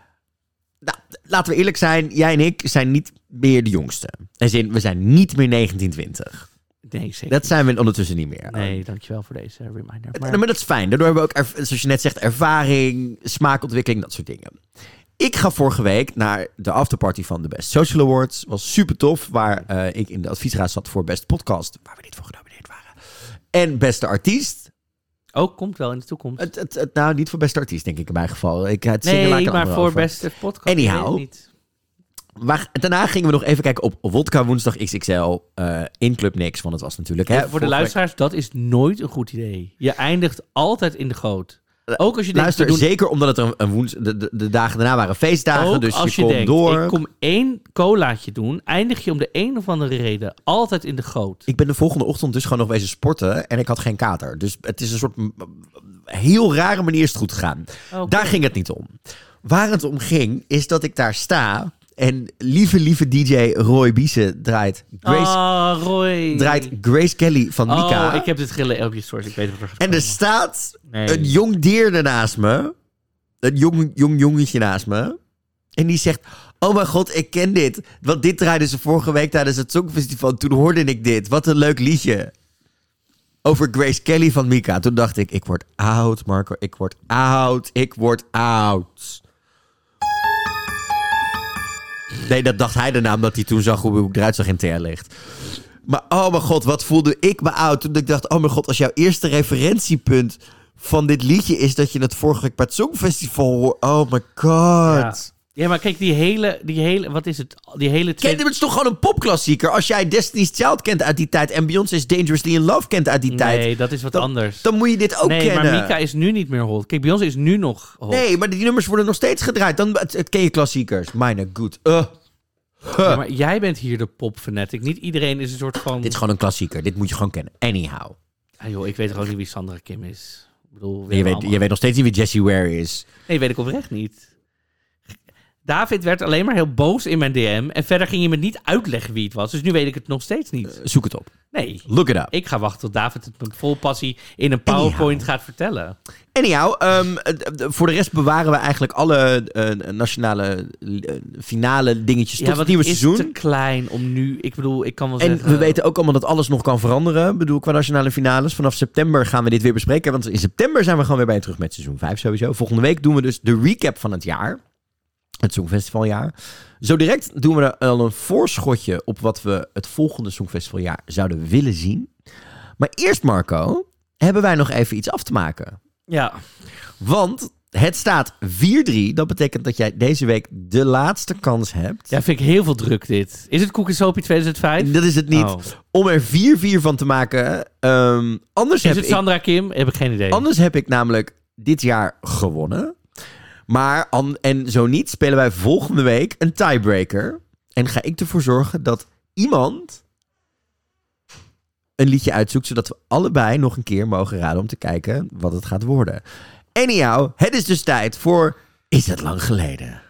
Nou, laten we eerlijk zijn. Jij en ik zijn niet meer de jongste. En we zijn niet meer negentien twintig. Nee, zeker Dat zijn we ondertussen niet meer. Nee, dankjewel voor deze reminder. Maar, maar dat is fijn. Daardoor hebben we ook, zoals je net zegt, ervaring, smaakontwikkeling, dat soort dingen. Ik ga vorige week naar de afterparty van de Best Social Awards. Was super tof, waar uh, ik in de adviesraad zat voor Best Podcast, waar we niet voor genomineerd waren. En Beste Artiest. Oh, komt wel in de toekomst. Het, het, het, nou, niet voor Beste Artiest, denk ik in mijn geval. Ik, het nee, zingen laat ik maar voor over. Beste Podcast. Anyhow. Niet. Maar daarna gingen we nog even kijken op Wodka Woensdag X X L uh, in Club Nix. Want het was natuurlijk... Hè, voor de luisteraars, dat is nooit een goed idee. Je eindigt altijd in de goot. Ook als je denkt, Luister, doen... zeker omdat het een, een woens... de, de, de dagen daarna waren feestdagen, Ook dus als je, je kon denkt, door. Ik kom één colaatje doen, eindig je om de een of andere reden altijd in de goot. Ik ben de volgende ochtend dus gewoon nog wezen sporten en ik had geen kater. Dus het is een soort heel rare manier is het goed gegaan. Okay. Daar ging het niet om. Waar het om ging, is dat ik daar sta... En lieve, lieve D J Roy Biese draait Grace, oh, Roy. draait Grace Kelly van Mika. Oh, ik heb dit gelezen op je stories. Ik weet wat er gaat En er staat nee. een jong dier ernaast me. Een jong, jong jongetje naast me. En die zegt, oh mijn god, ik ken dit. Want dit draaiden ze vorige week tijdens het Songfestival. Toen hoorde ik dit. Wat een leuk liedje. Over Grace Kelly van Mika. Toen dacht ik, ik word oud, Marco. Ik word oud. Ik word oud. Nee, dat dacht hij daarna, omdat hij toen zag hoe ik eruit zag in Teerlicht. Maar oh mijn god, wat voelde ik me oud. Toen ik dacht, oh mijn god, als jouw eerste referentiepunt van dit liedje is dat je het vorige week bij het Songfestival hoort. Oh my god. Ja. Ja, maar kijk, die hele, die hele, wat is het? Die hele tweede... Kent, het is toch gewoon een popklassieker? Als jij Destiny's Child kent uit die tijd en Beyoncé's Dangerously in Love kent uit die nee, tijd. Nee, dat is wat dan, anders. Dan moet je dit ook nee, kennen. Nee, maar Mika is nu niet meer hot. Kijk, Beyoncé is nu nog hot. Nee, maar die nummers worden nog steeds gedraaid. Dan het, het ken je klassiekers. Mine good. Uh. Huh. Ja, maar jij bent hier de popfanatic. Niet iedereen is een soort van... Dit is gewoon een klassieker. Dit moet je gewoon kennen. Anyhow. Ah, joh, ik weet gewoon niet wie Sandra Kim is. Ik bedoel, je, weet, je weet nog steeds niet wie Jessie Ware is. Nee, weet ik oprecht niet. David werd alleen maar heel boos in mijn D M. En verder ging je me niet uitleggen wie het was. Dus nu weet ik het nog steeds niet. Uh, zoek het op. Nee. Look it up. Ik ga wachten tot David het met vol passie in een PowerPoint Anyhow. gaat vertellen. Anyhow, um, voor de rest bewaren we eigenlijk alle uh, nationale uh, finale dingetjes tot ja, het nieuwe het seizoen. Het is te klein om nu... Ik bedoel, ik kan wel en zeggen... En we weten ook allemaal dat alles nog kan veranderen. Ik bedoel, qua nationale finales. Vanaf september gaan we dit weer bespreken. Want in september zijn we gewoon weer bij je terug met seizoen vijf sowieso. Volgende week doen we dus de recap van het jaar. Het Songfestivaljaar. Zo direct doen we er al een voorschotje op wat we het volgende Songfestivaljaar zouden willen zien. Maar eerst, Marco, hebben wij nog even iets af te maken. Ja. Want het staat vier drie. Dat betekent dat jij deze week de laatste kans hebt. Ja, vind ik heel veel druk dit. Is het Koekensopie tweeduizend vijf? Dat is het niet. Oh. Om er vier vier van te maken. Um, anders is heb het ik, Sandra Kim? Heb ik geen idee. Anders heb ik namelijk dit jaar gewonnen. Maar, en zo niet, spelen wij volgende week een tiebreaker. En ga ik ervoor zorgen dat iemand een liedje uitzoekt, zodat we allebei nog een keer mogen raden om te kijken wat het gaat worden. Anyhow, het is dus tijd voor Is het lang geleden?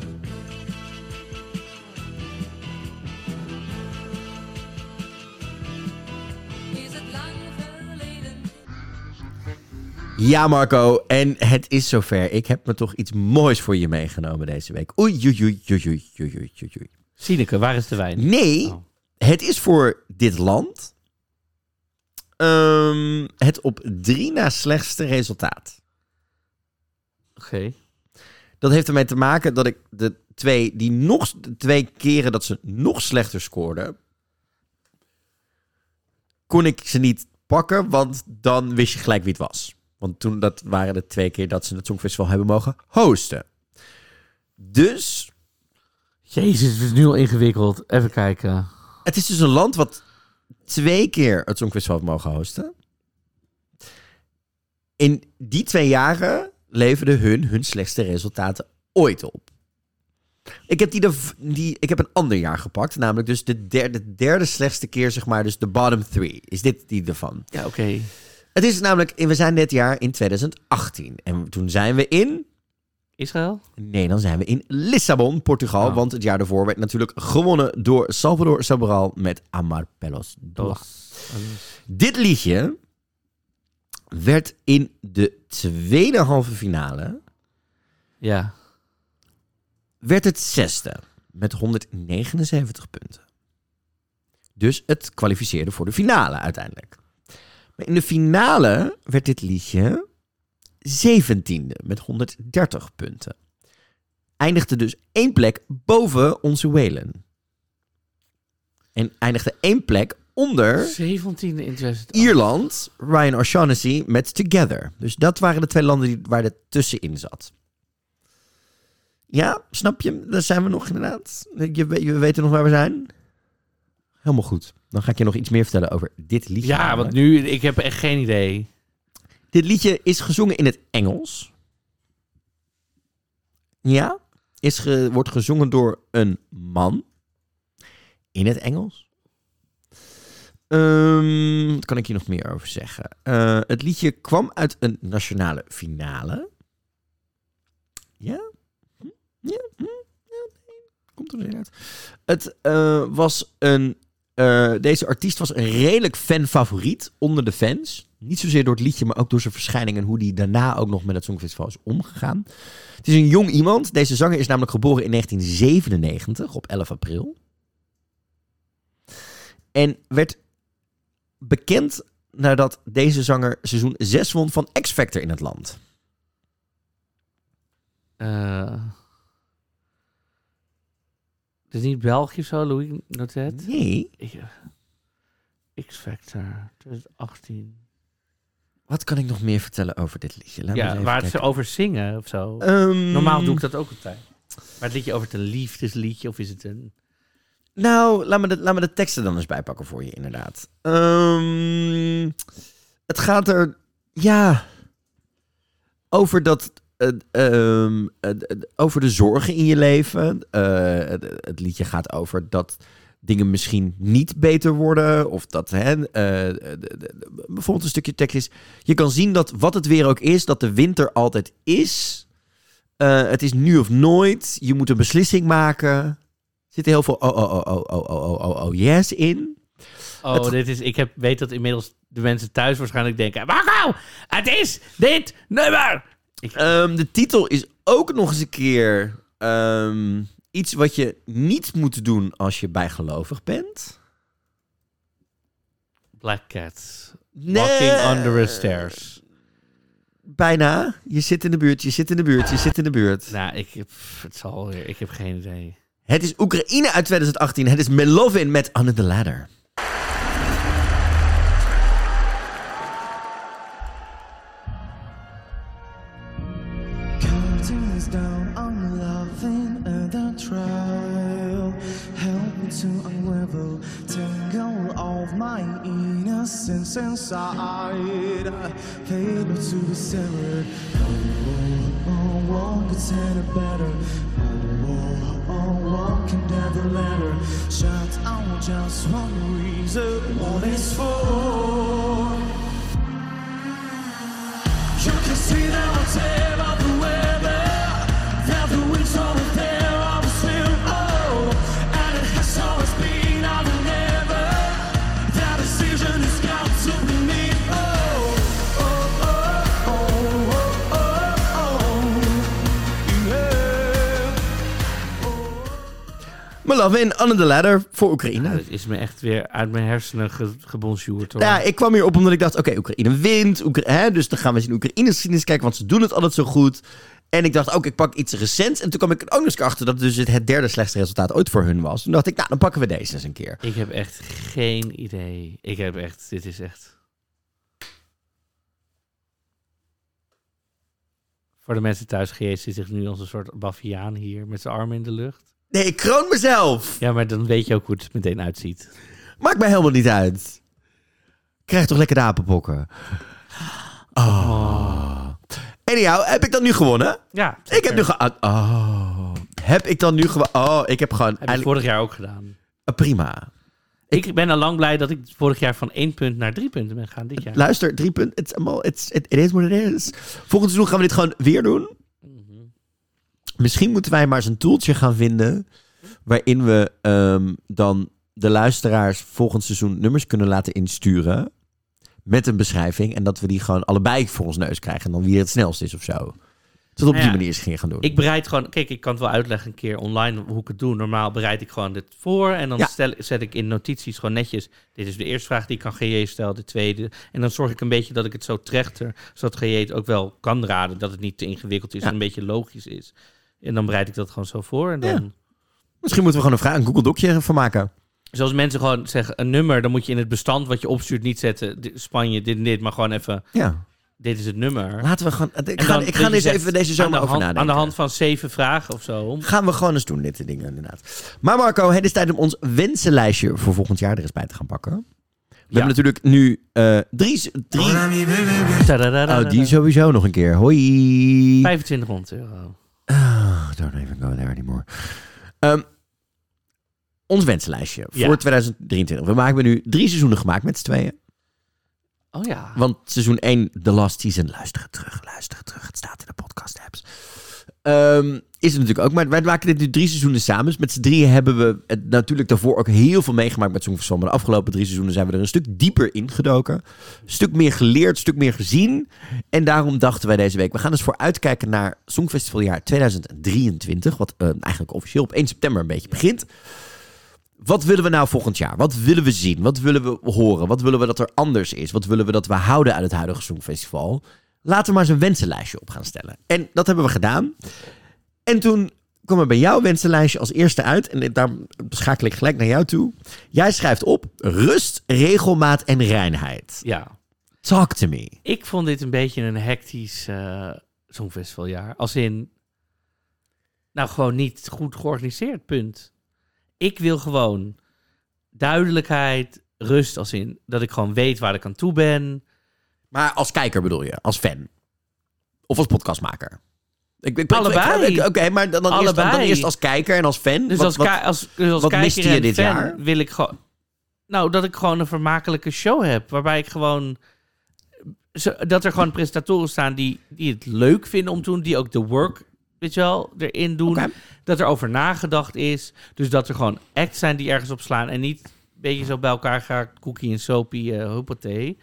Ja, Marco, en het is zover. Ik heb me toch iets moois voor je meegenomen deze week. Oei, oei, oei, oei, oei, oei, oei. Sineke, waar is de wijn? Nee, oh. Het is voor dit land um, het op drie na slechtste resultaat. Oké. Okay. Dat heeft ermee te maken dat ik de twee, die nog, de twee keren dat ze nog slechter scoorden, kon ik ze niet pakken, want dan wist je gelijk wie het was. Want toen, dat waren de twee keer dat ze het Songfestival hebben mogen hosten. Dus... Jezus, het is nu al ingewikkeld. Even kijken. Het is dus een land wat twee keer het Songfestival heeft mogen hosten. In die twee jaren leverde hun hun slechtste resultaten ooit op. Ik heb, die de, die, ik heb een ander jaar gepakt, namelijk dus de derde, derde slechtste keer, zeg maar, dus de bottom three. Is dit die ervan? Ja, oké. Okay. Het is namelijk, we zijn dit jaar in twintig achttien. En toen zijn we in... Israël? Nee, dan zijn we in Lissabon, Portugal. Oh. Want het jaar daarvoor werd natuurlijk gewonnen door Salvador Sobral met Amar Pelos Dos. Dit liedje werd in de tweede halve finale... Ja. werd het zesde met honderdnegenenzeventig punten. Dus het kwalificeerde voor de finale uiteindelijk. Maar in de finale werd dit liedje zeventiende met honderddertig punten. Eindigde dus één plek boven onze Waylon. En eindigde één plek onder zeventiende in tweeduizend acht. Ierland, Ryan O'Shaughnessy met Together. Dus dat waren de twee landen die, waar het tussenin zat. Ja, snap je? Daar zijn we nog inderdaad. Je, je weten nog waar we zijn. Helemaal goed. Dan ga ik je nog iets meer vertellen over dit liedje. Ja, want nu, ik heb echt geen idee. Dit liedje is gezongen in het Engels. Ja, is ge, wordt gezongen door een man. In het Engels. Um, wat kan ik hier nog meer over zeggen? Uh, het liedje kwam uit een nationale finale. Ja? Hm? Ja? Hm? Ja? Nee. Komt er weer uit. Het uh, was een... Uh, deze artiest was een redelijk fanfavoriet onder de fans. Niet zozeer door het liedje, maar ook door zijn verschijning en hoe die daarna ook nog met het Songfestival is omgegaan. Het is een jong iemand. Deze zanger is namelijk geboren in negentien zevenennegentig, op elf april. En werd bekend nadat deze zanger seizoen zes won van X Factor in het land. Uh, het is niet België of zo, Louis Notet? Nee. X Factor, twintig achttien. Wat kan ik nog meer vertellen over dit liedje? Laat ja, waar kijken. Ze over zingen of zo. Um, Normaal doe ik dat ook altijd. Maar het liedje over het een liefdesliedje of is het een... Nou, laat me de, laat me de teksten dan eens bijpakken voor je, inderdaad. Um, het gaat er, ja, over dat, uh, um, uh, over de zorgen in je leven. Uh, het, het liedje gaat over dat dingen misschien niet beter worden. Of dat, hè, uh, de, de, de, bijvoorbeeld een stukje tekst is. Je kan zien dat wat het weer ook is, dat de winter altijd is. Uh, het is nu of nooit. Je moet een beslissing maken. Er zit heel veel oh, oh, oh, oh, oh, oh, oh, oh, yes in. Oh, het... dit is, ik heb, weet dat inmiddels de mensen thuis waarschijnlijk denken... Marco, het is dit nummer! Ik... Um, de titel is ook nog eens een keer... Um, iets wat je niet moet doen als je bijgelovig bent. Black Cat. Nee. Walking under the stairs. Bijna. Je zit in de buurt, je zit in de buurt, je zit in de buurt. Nou, ik heb, het zal weer, ik heb geen idee. Het is Oekraïne uit twintig achttien. Het is Melovin met Under the Ladder. To unravel, tangle of my innocence inside, able to be severed. Oh, oh, oh, one could stand it better. Oh, oh, oh, one can never let her shut out just one reason. What it's for? You can see that I tear up the weather, that the winds of there. Melovin, Under the Ladder voor Oekraïne. Ja, dat is me echt weer uit mijn hersenen ge- gebonsjoerd. Hoor. Ja, ik kwam hier op omdat ik dacht, oké, okay, Oekraïne wint. Oekra- hè, dus dan gaan we eens in Oekraïne's geschiedenis kijken, want ze doen het altijd zo goed. En ik dacht, ook, ik pak iets recents. En toen kwam ik er ook nog eens achter dat het dus het derde slechtste resultaat ooit voor hun was. Toen dacht ik, nou, dan pakken we deze eens een keer. Ik heb echt geen idee. Ik heb echt, dit is echt... Voor de mensen thuis, G S zit zich nu als een soort baviaan hier met zijn armen in de lucht. Nee, ik kroon mezelf. Ja, maar dan weet je ook hoe het meteen uitziet. Maakt mij helemaal niet uit. Krijg toch lekker de apenpokken. Oh. Anyhow, heb ik dan nu gewonnen? Ja. Ik heb nu ge... Oh. Heb ik dan nu gewonnen? Oh, ik heb gewoon... Heb ik eigenlijk- vorig jaar ook gedaan. Uh, prima. Ik ben al lang blij dat ik vorig jaar van één punt naar drie punten ben gaan dit jaar. Luister, drie punten. It's, it's, it, it is what it is. Volgend seizoen gaan we dit gewoon weer doen. Mhm. Misschien moeten wij maar eens een tooltje gaan vinden... waarin we um, dan de luisteraars volgend seizoen nummers kunnen laten insturen... met een beschrijving. En dat we die gewoon allebei voor ons neus krijgen. En dan wie het snelst is of zo. Tot op Nou die ja, manier eens ging gaan doen. Ik bereid gewoon... Kijk, ik kan het wel uitleggen een keer online hoe ik het doe. Normaal bereid ik gewoon dit voor. En dan Ja. stel, zet ik in notities gewoon netjes... Dit is de eerste vraag die ik aan G J stel. De tweede. En dan zorg ik een beetje dat ik het zo trechter... zodat G J het ook wel kan raden. Dat het niet te ingewikkeld is Ja. en een beetje logisch is. En dan bereid ik dat gewoon zo voor. En dan... Ja. Misschien moeten we gewoon een, vraag, een Google Docje van maken. Zoals mensen gewoon zeggen, een nummer... dan moet je in het bestand wat je opstuurt niet zetten... dit- Spanje, dit en dit, maar gewoon even... Ja. Dit is het nummer. Laten we gewoon... Ik En ga, dan ik dat ga je eens zegt, even deze aan zomer de over hand- nadenken. Aan de hand van zeven vragen of zo. Gaan we gewoon eens doen, dit dingen inderdaad. Maar Marco, het is tijd om ons wensenlijstje voor volgend jaar er eens bij te gaan pakken. We hebben natuurlijk nu uh, drie... drie... Oh, die sowieso nog een keer. Hoi. vijfentwintighonderd euro. Oh, don't even go there anymore. Um, ons wensenlijstje Ja. voor twintig drieëntwintig. We hebben nu drie seizoenen gemaakt met z'n tweeën. Oh ja. Want seizoen één, The Last Season, luisteren terug, luisteren terug. Het staat in de podcast apps. Um, is het natuurlijk ook. Maar wij maken dit nu drie seizoenen samen. Dus met z'n drieën hebben we het natuurlijk daarvoor ook heel veel meegemaakt met Songfestival. Maar de afgelopen drie seizoenen zijn we er een stuk dieper ingedoken. Een stuk meer geleerd, een stuk meer gezien. En daarom dachten wij deze week, we gaan dus vooruitkijken naar Songfestivaljaar twintig drieëntwintig. Wat uh, eigenlijk officieel op één september een beetje begint. Wat willen we nou volgend jaar? Wat willen we zien? Wat willen we horen? Wat willen we dat er anders is? Wat willen we dat we houden uit het huidige Songfestival? Laten we maar eens een wensenlijstje op gaan stellen. En dat hebben we gedaan. En toen kwam er bij jouw wensenlijstje als eerste uit. En daar schakel ik gelijk naar jou toe. Jij schrijft op rust, regelmaat en reinheid. Ja. Talk to me. Ik vond dit een beetje een hectisch uh, Songfestivaljaar. Als in, nou gewoon niet goed georganiseerd, punt. Ik wil gewoon duidelijkheid, rust als in dat ik gewoon weet waar ik aan toe ben. Maar als kijker bedoel je? Als fan? Of als podcastmaker? Ik, ik, Allebei. Oké, okay, maar dan, dan, eerst, dan, dan eerst als kijker en als fan. Dus wat, als, wat, ka- als, dus als wat kijker miste je en dit fan jaar? wil ik gewoon... Nou, dat ik gewoon een vermakelijke show heb. Waarbij ik gewoon... Zo, dat er gewoon presentatoren staan die, die het leuk vinden om te doen. Die ook de work, weet je wel, erin doen. Okay. Dat er over nagedacht is. Dus dat er gewoon acts zijn die ergens op slaan. En niet een beetje zo bij elkaar gaan. Cookie en soapy, uh, hoppatee.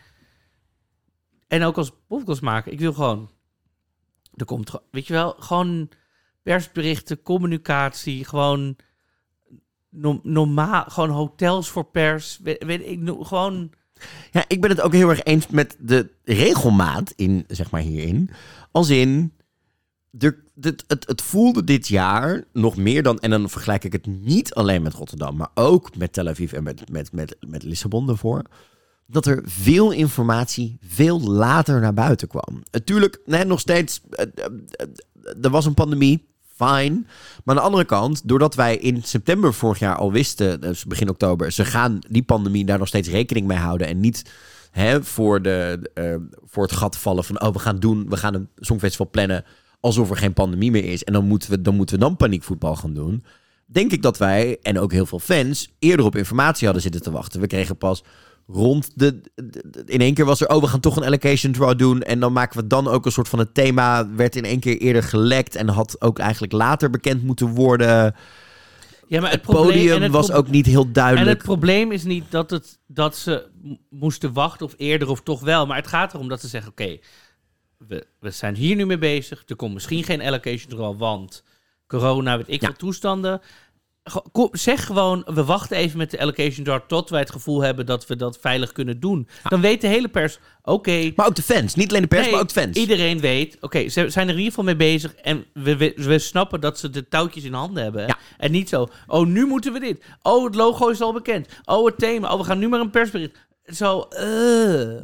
En ook als podcastmaker. Ik wil gewoon... Er komt, weet je wel, gewoon persberichten, communicatie, gewoon no- normaal, gewoon hotels voor pers, weet, weet ik, no- gewoon... Ja, ik ben het ook heel erg eens met de regelmaat in, zeg maar hierin. Als in, de, de, het, het voelde dit jaar nog meer dan, en dan vergelijk ik het niet alleen met Rotterdam, maar ook met Tel Aviv en met, met, met, met Lissabon daarvoor, dat er veel informatie veel later naar buiten kwam. Natuurlijk, nee, nog steeds, uh, uh, uh, er was een pandemie, fine. Maar aan de andere kant, doordat wij in september vorig jaar al wisten, dus begin oktober, ze gaan die pandemie daar nog steeds rekening mee houden en niet hè, voor, de, uh, voor het gat vallen van, oh, we gaan doen, we gaan een songfestival plannen alsof er geen pandemie meer is en dan moeten we dan, moeten we dan paniekvoetbal gaan doen. Denk ik dat wij, en ook heel veel fans, eerder op informatie hadden zitten te wachten. We kregen pas rond de, de, de... In één keer was er... Oh, we gaan toch een allocation draw doen. En dan maken we dan ook een soort van het thema. Werd in één keer eerder gelekt. En had ook eigenlijk later bekend moeten worden. Ja, maar het, Het probleem, podium en het was pro- ook niet heel En duidelijk. het probleem is niet dat, het, dat ze m- moesten wachten of eerder of toch wel. Maar het gaat erom dat ze zeggen, oké, okay, we, we zijn hier nu mee bezig. Er komt misschien geen allocation draw, want corona, weet ik Ja. veel toestanden. Go- kom, zeg gewoon, we wachten even met de allocation draw tot wij het gevoel hebben dat we dat veilig kunnen doen. Dan weet de hele pers, oké. Okay, Maar ook de fans. Niet alleen de pers, nee, maar ook de fans. Iedereen weet, oké, okay, ze zijn er in ieder geval mee bezig en we, we, we snappen dat ze de touwtjes in handen hebben. Ja. En niet zo, oh, nu moeten we dit. Oh, het logo is al bekend. Oh, het thema. Oh, we gaan nu maar een persbericht. Zo, eh...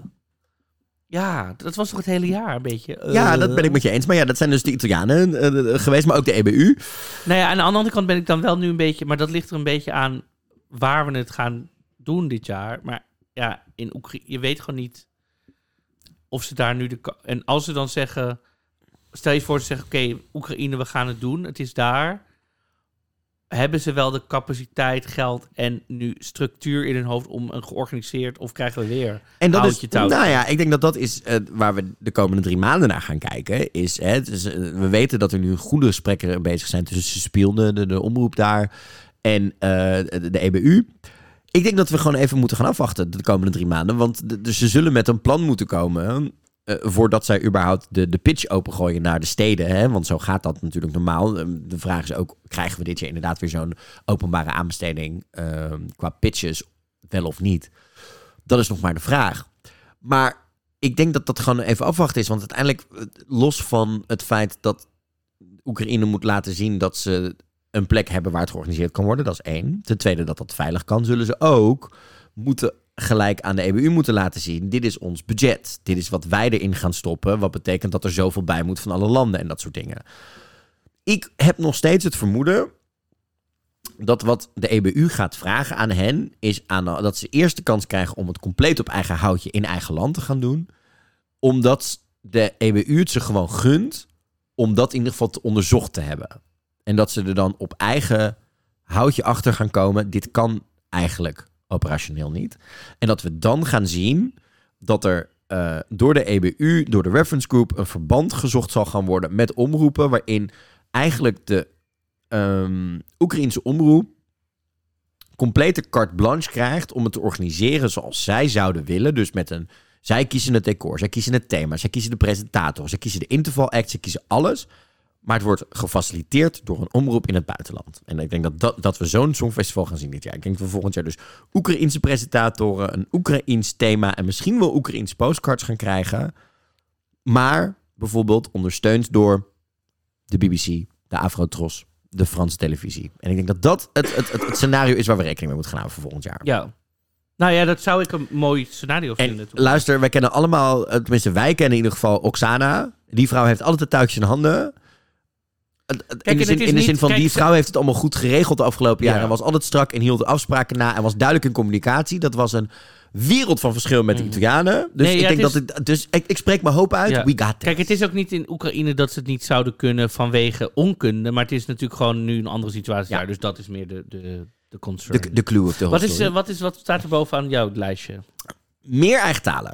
Ja, dat was toch het hele jaar een beetje. Uh. Ja, dat ben ik met je eens. Maar ja, dat zijn dus de Italianen uh, geweest, maar ook de E B U. Nou ja, en aan de andere kant ben ik dan wel nu een beetje... Maar dat ligt er een beetje aan waar we het gaan doen dit jaar. Maar ja, in Oekraïne, je weet gewoon niet of ze daar nu de... En als ze dan zeggen, stel je voor, ze zeggen, oké, okay, Oekraïne, we gaan het doen. Het is daar. Hebben ze wel de capaciteit, geld en nu structuur in hun hoofd om een georganiseerd, of krijgen we weer en dat houtje is, touwtje? Nou ja, ik denk dat dat is uh, waar we de komende drie maanden naar gaan kijken. Is, hè, dus, uh, we weten dat er nu goede gesprekken bezig zijn tussen Spiel, de, de, de omroep daar, en uh, de, de E B U. Ik denk dat we gewoon even moeten gaan afwachten de komende drie maanden. Want de, dus ze zullen met een plan moeten komen Uh, voordat zij überhaupt de, de pitch opengooien naar de steden. Hè? Want zo gaat dat natuurlijk normaal. Uh, de vraag is ook, krijgen we dit jaar inderdaad weer zo'n openbare aanbesteding uh, qua pitches, wel of niet? Dat is nog maar de vraag. Maar ik denk dat dat gewoon even afwachten is. Want uiteindelijk, los van het feit dat Oekraïne moet laten zien dat ze een plek hebben waar het georganiseerd kan worden. Dat is één. Ten tweede, dat dat veilig kan. Zullen ze ook moeten gelijk aan de E B U moeten laten zien, dit is ons budget. Dit is wat wij erin gaan stoppen. Wat betekent dat er zoveel bij moet van alle landen en dat soort dingen. Ik heb nog steeds het vermoeden dat wat de E B U gaat vragen aan hen, is aan, dat ze eerst de kans krijgen om het compleet op eigen houtje in eigen land te gaan doen. Omdat de E B U het ze gewoon gunt om dat in ieder geval te onderzocht te hebben. En dat ze er dan op eigen houtje achter gaan komen. Dit kan eigenlijk operationeel niet. En dat we dan gaan zien dat er uh, door de E B U, door de reference group, een verband gezocht zal gaan worden met omroepen, waarin eigenlijk de um, Oekraïense omroep complete carte blanche krijgt om het te organiseren zoals zij zouden willen. Dus met een, zij kiezen het decor, zij kiezen het thema, zij kiezen de presentator, zij kiezen de interval act, zij kiezen alles. Maar het wordt gefaciliteerd door een omroep in het buitenland. En ik denk dat, dat, dat we zo'n songfestival gaan zien dit jaar. Ik denk dat we volgend jaar dus Oekraïense presentatoren, een Oekraïens thema en misschien wel Oekraïense postcards gaan krijgen. Maar bijvoorbeeld ondersteund door de B B C, de Afrotros, de Franse televisie. En ik denk dat dat het, het, het, het scenario is waar we rekening mee moeten gaan houden voor volgend jaar. Ja. Nou ja, dat zou ik een mooi scenario vinden. En luister, wij kennen allemaal, tenminste wij kennen in ieder geval Oksana. Die vrouw heeft altijd de touwtjes in handen. Kijk, in de zin, in de zin van, kijk, die vrouw heeft het allemaal goed geregeld de afgelopen jaren. Ja. En was altijd strak en hield de afspraken na. En was duidelijk in communicatie. Dat was een wereld van verschil met de Italianen. Dus, nee, ik, ja, denk is... dat het, dus ik, ik spreek mijn hoop uit. Ja. We got this. Kijk, het is ook niet in Oekraïne dat ze het niet zouden kunnen vanwege onkunde. Maar het is natuurlijk gewoon nu een andere situatie. Ja. Dus dat is meer de, de, de concern. De, de clue of de wat is, uh, wat is Wat staat er bovenaan jouw lijstje? Meer eigen talen.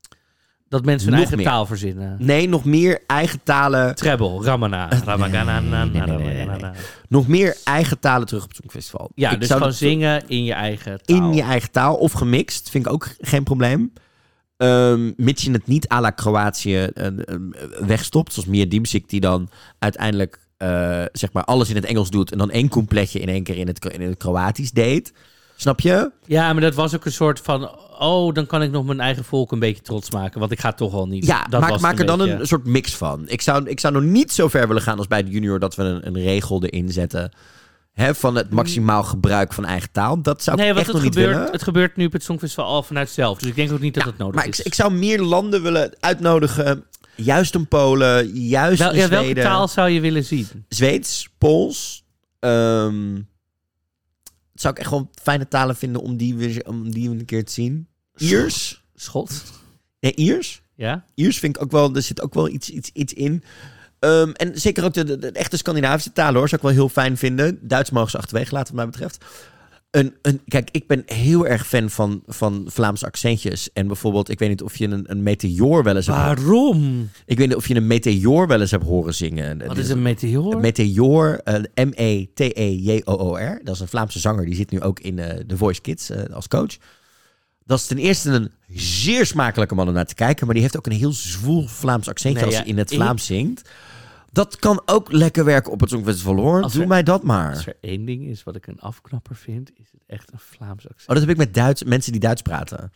Dat mensen hun nog eigen meer. taal verzinnen. Nee, nog meer eigen talen. Treble, Ramana. Ramagana, nee, nee, nee, nee, nee, nee. Nog meer eigen talen terug op het Songfestival. Ja, ik dus gewoon zingen in je eigen taal. In je eigen taal of gemixt, vind ik ook geen probleem. Um, mits je het niet à la Kroatië uh, uh, wegstopt. Zoals Mia Dimsik die dan uiteindelijk uh, zeg maar alles in het Engels doet en dan één coupletje in één keer in het, in het Kroatisch deed. Snap je? Ja, maar dat was ook een soort van, oh, dan kan ik nog mijn eigen volk een beetje trots maken. Want ik ga toch al niet. Ja, dat maak, was maak er dan beetje... een soort mix van. Ik zou, ik zou nog niet zo ver willen gaan als bij de junior dat we een, een regel erin zetten. Hè, van het maximaal gebruik van eigen taal. Dat zou ik nee, echt het nog gebeurt, niet willen. Het gebeurt nu op het Songfestival al vanuit zelf. Dus ik denk ook niet dat ja, het nodig maar is. Ik, ik zou meer landen willen uitnodigen. Juist een Polen, juist Wel, een ja, Zweden. welke taal zou je willen zien? Zweeds, Pools. Um, zou ik echt gewoon fijne talen vinden om die, weer, om die een keer te zien. Iers. Schots. Nee, Iers. Ja? Iers vind ik ook wel, er zit ook wel iets, iets, iets in. Um, en zeker ook de, de, de echte Scandinavische talen hoor, zou ik wel heel fijn vinden. Duits mogen ze achterwege laten wat mij betreft. Een, een, kijk, ik ben heel erg fan van, van Vlaamse accentjes. En bijvoorbeeld, ik weet niet of je een, een meteoor wel eens hebt... Waarom? Ik weet niet of je een meteoor wel eens hebt horen zingen. Wat is een meteoor? Een meteoor, uh, M E T E J O O R. Dat is een Vlaamse zanger, die zit nu ook in uh, The Voice Kids uh, als coach. Dat is ten eerste een zeer smakelijke man om naar te kijken. Maar die heeft ook een heel zwoel Vlaams accentje nee, als hij ja, in het Vlaams ik... zingt. Dat kan ook lekker werken op het Songfestival hoor. Doe er, mij dat maar. Als er één ding is wat ik een afknapper vind, is het echt een Vlaams accent. Oh, dat heb ik met Duits, mensen die Duits praten.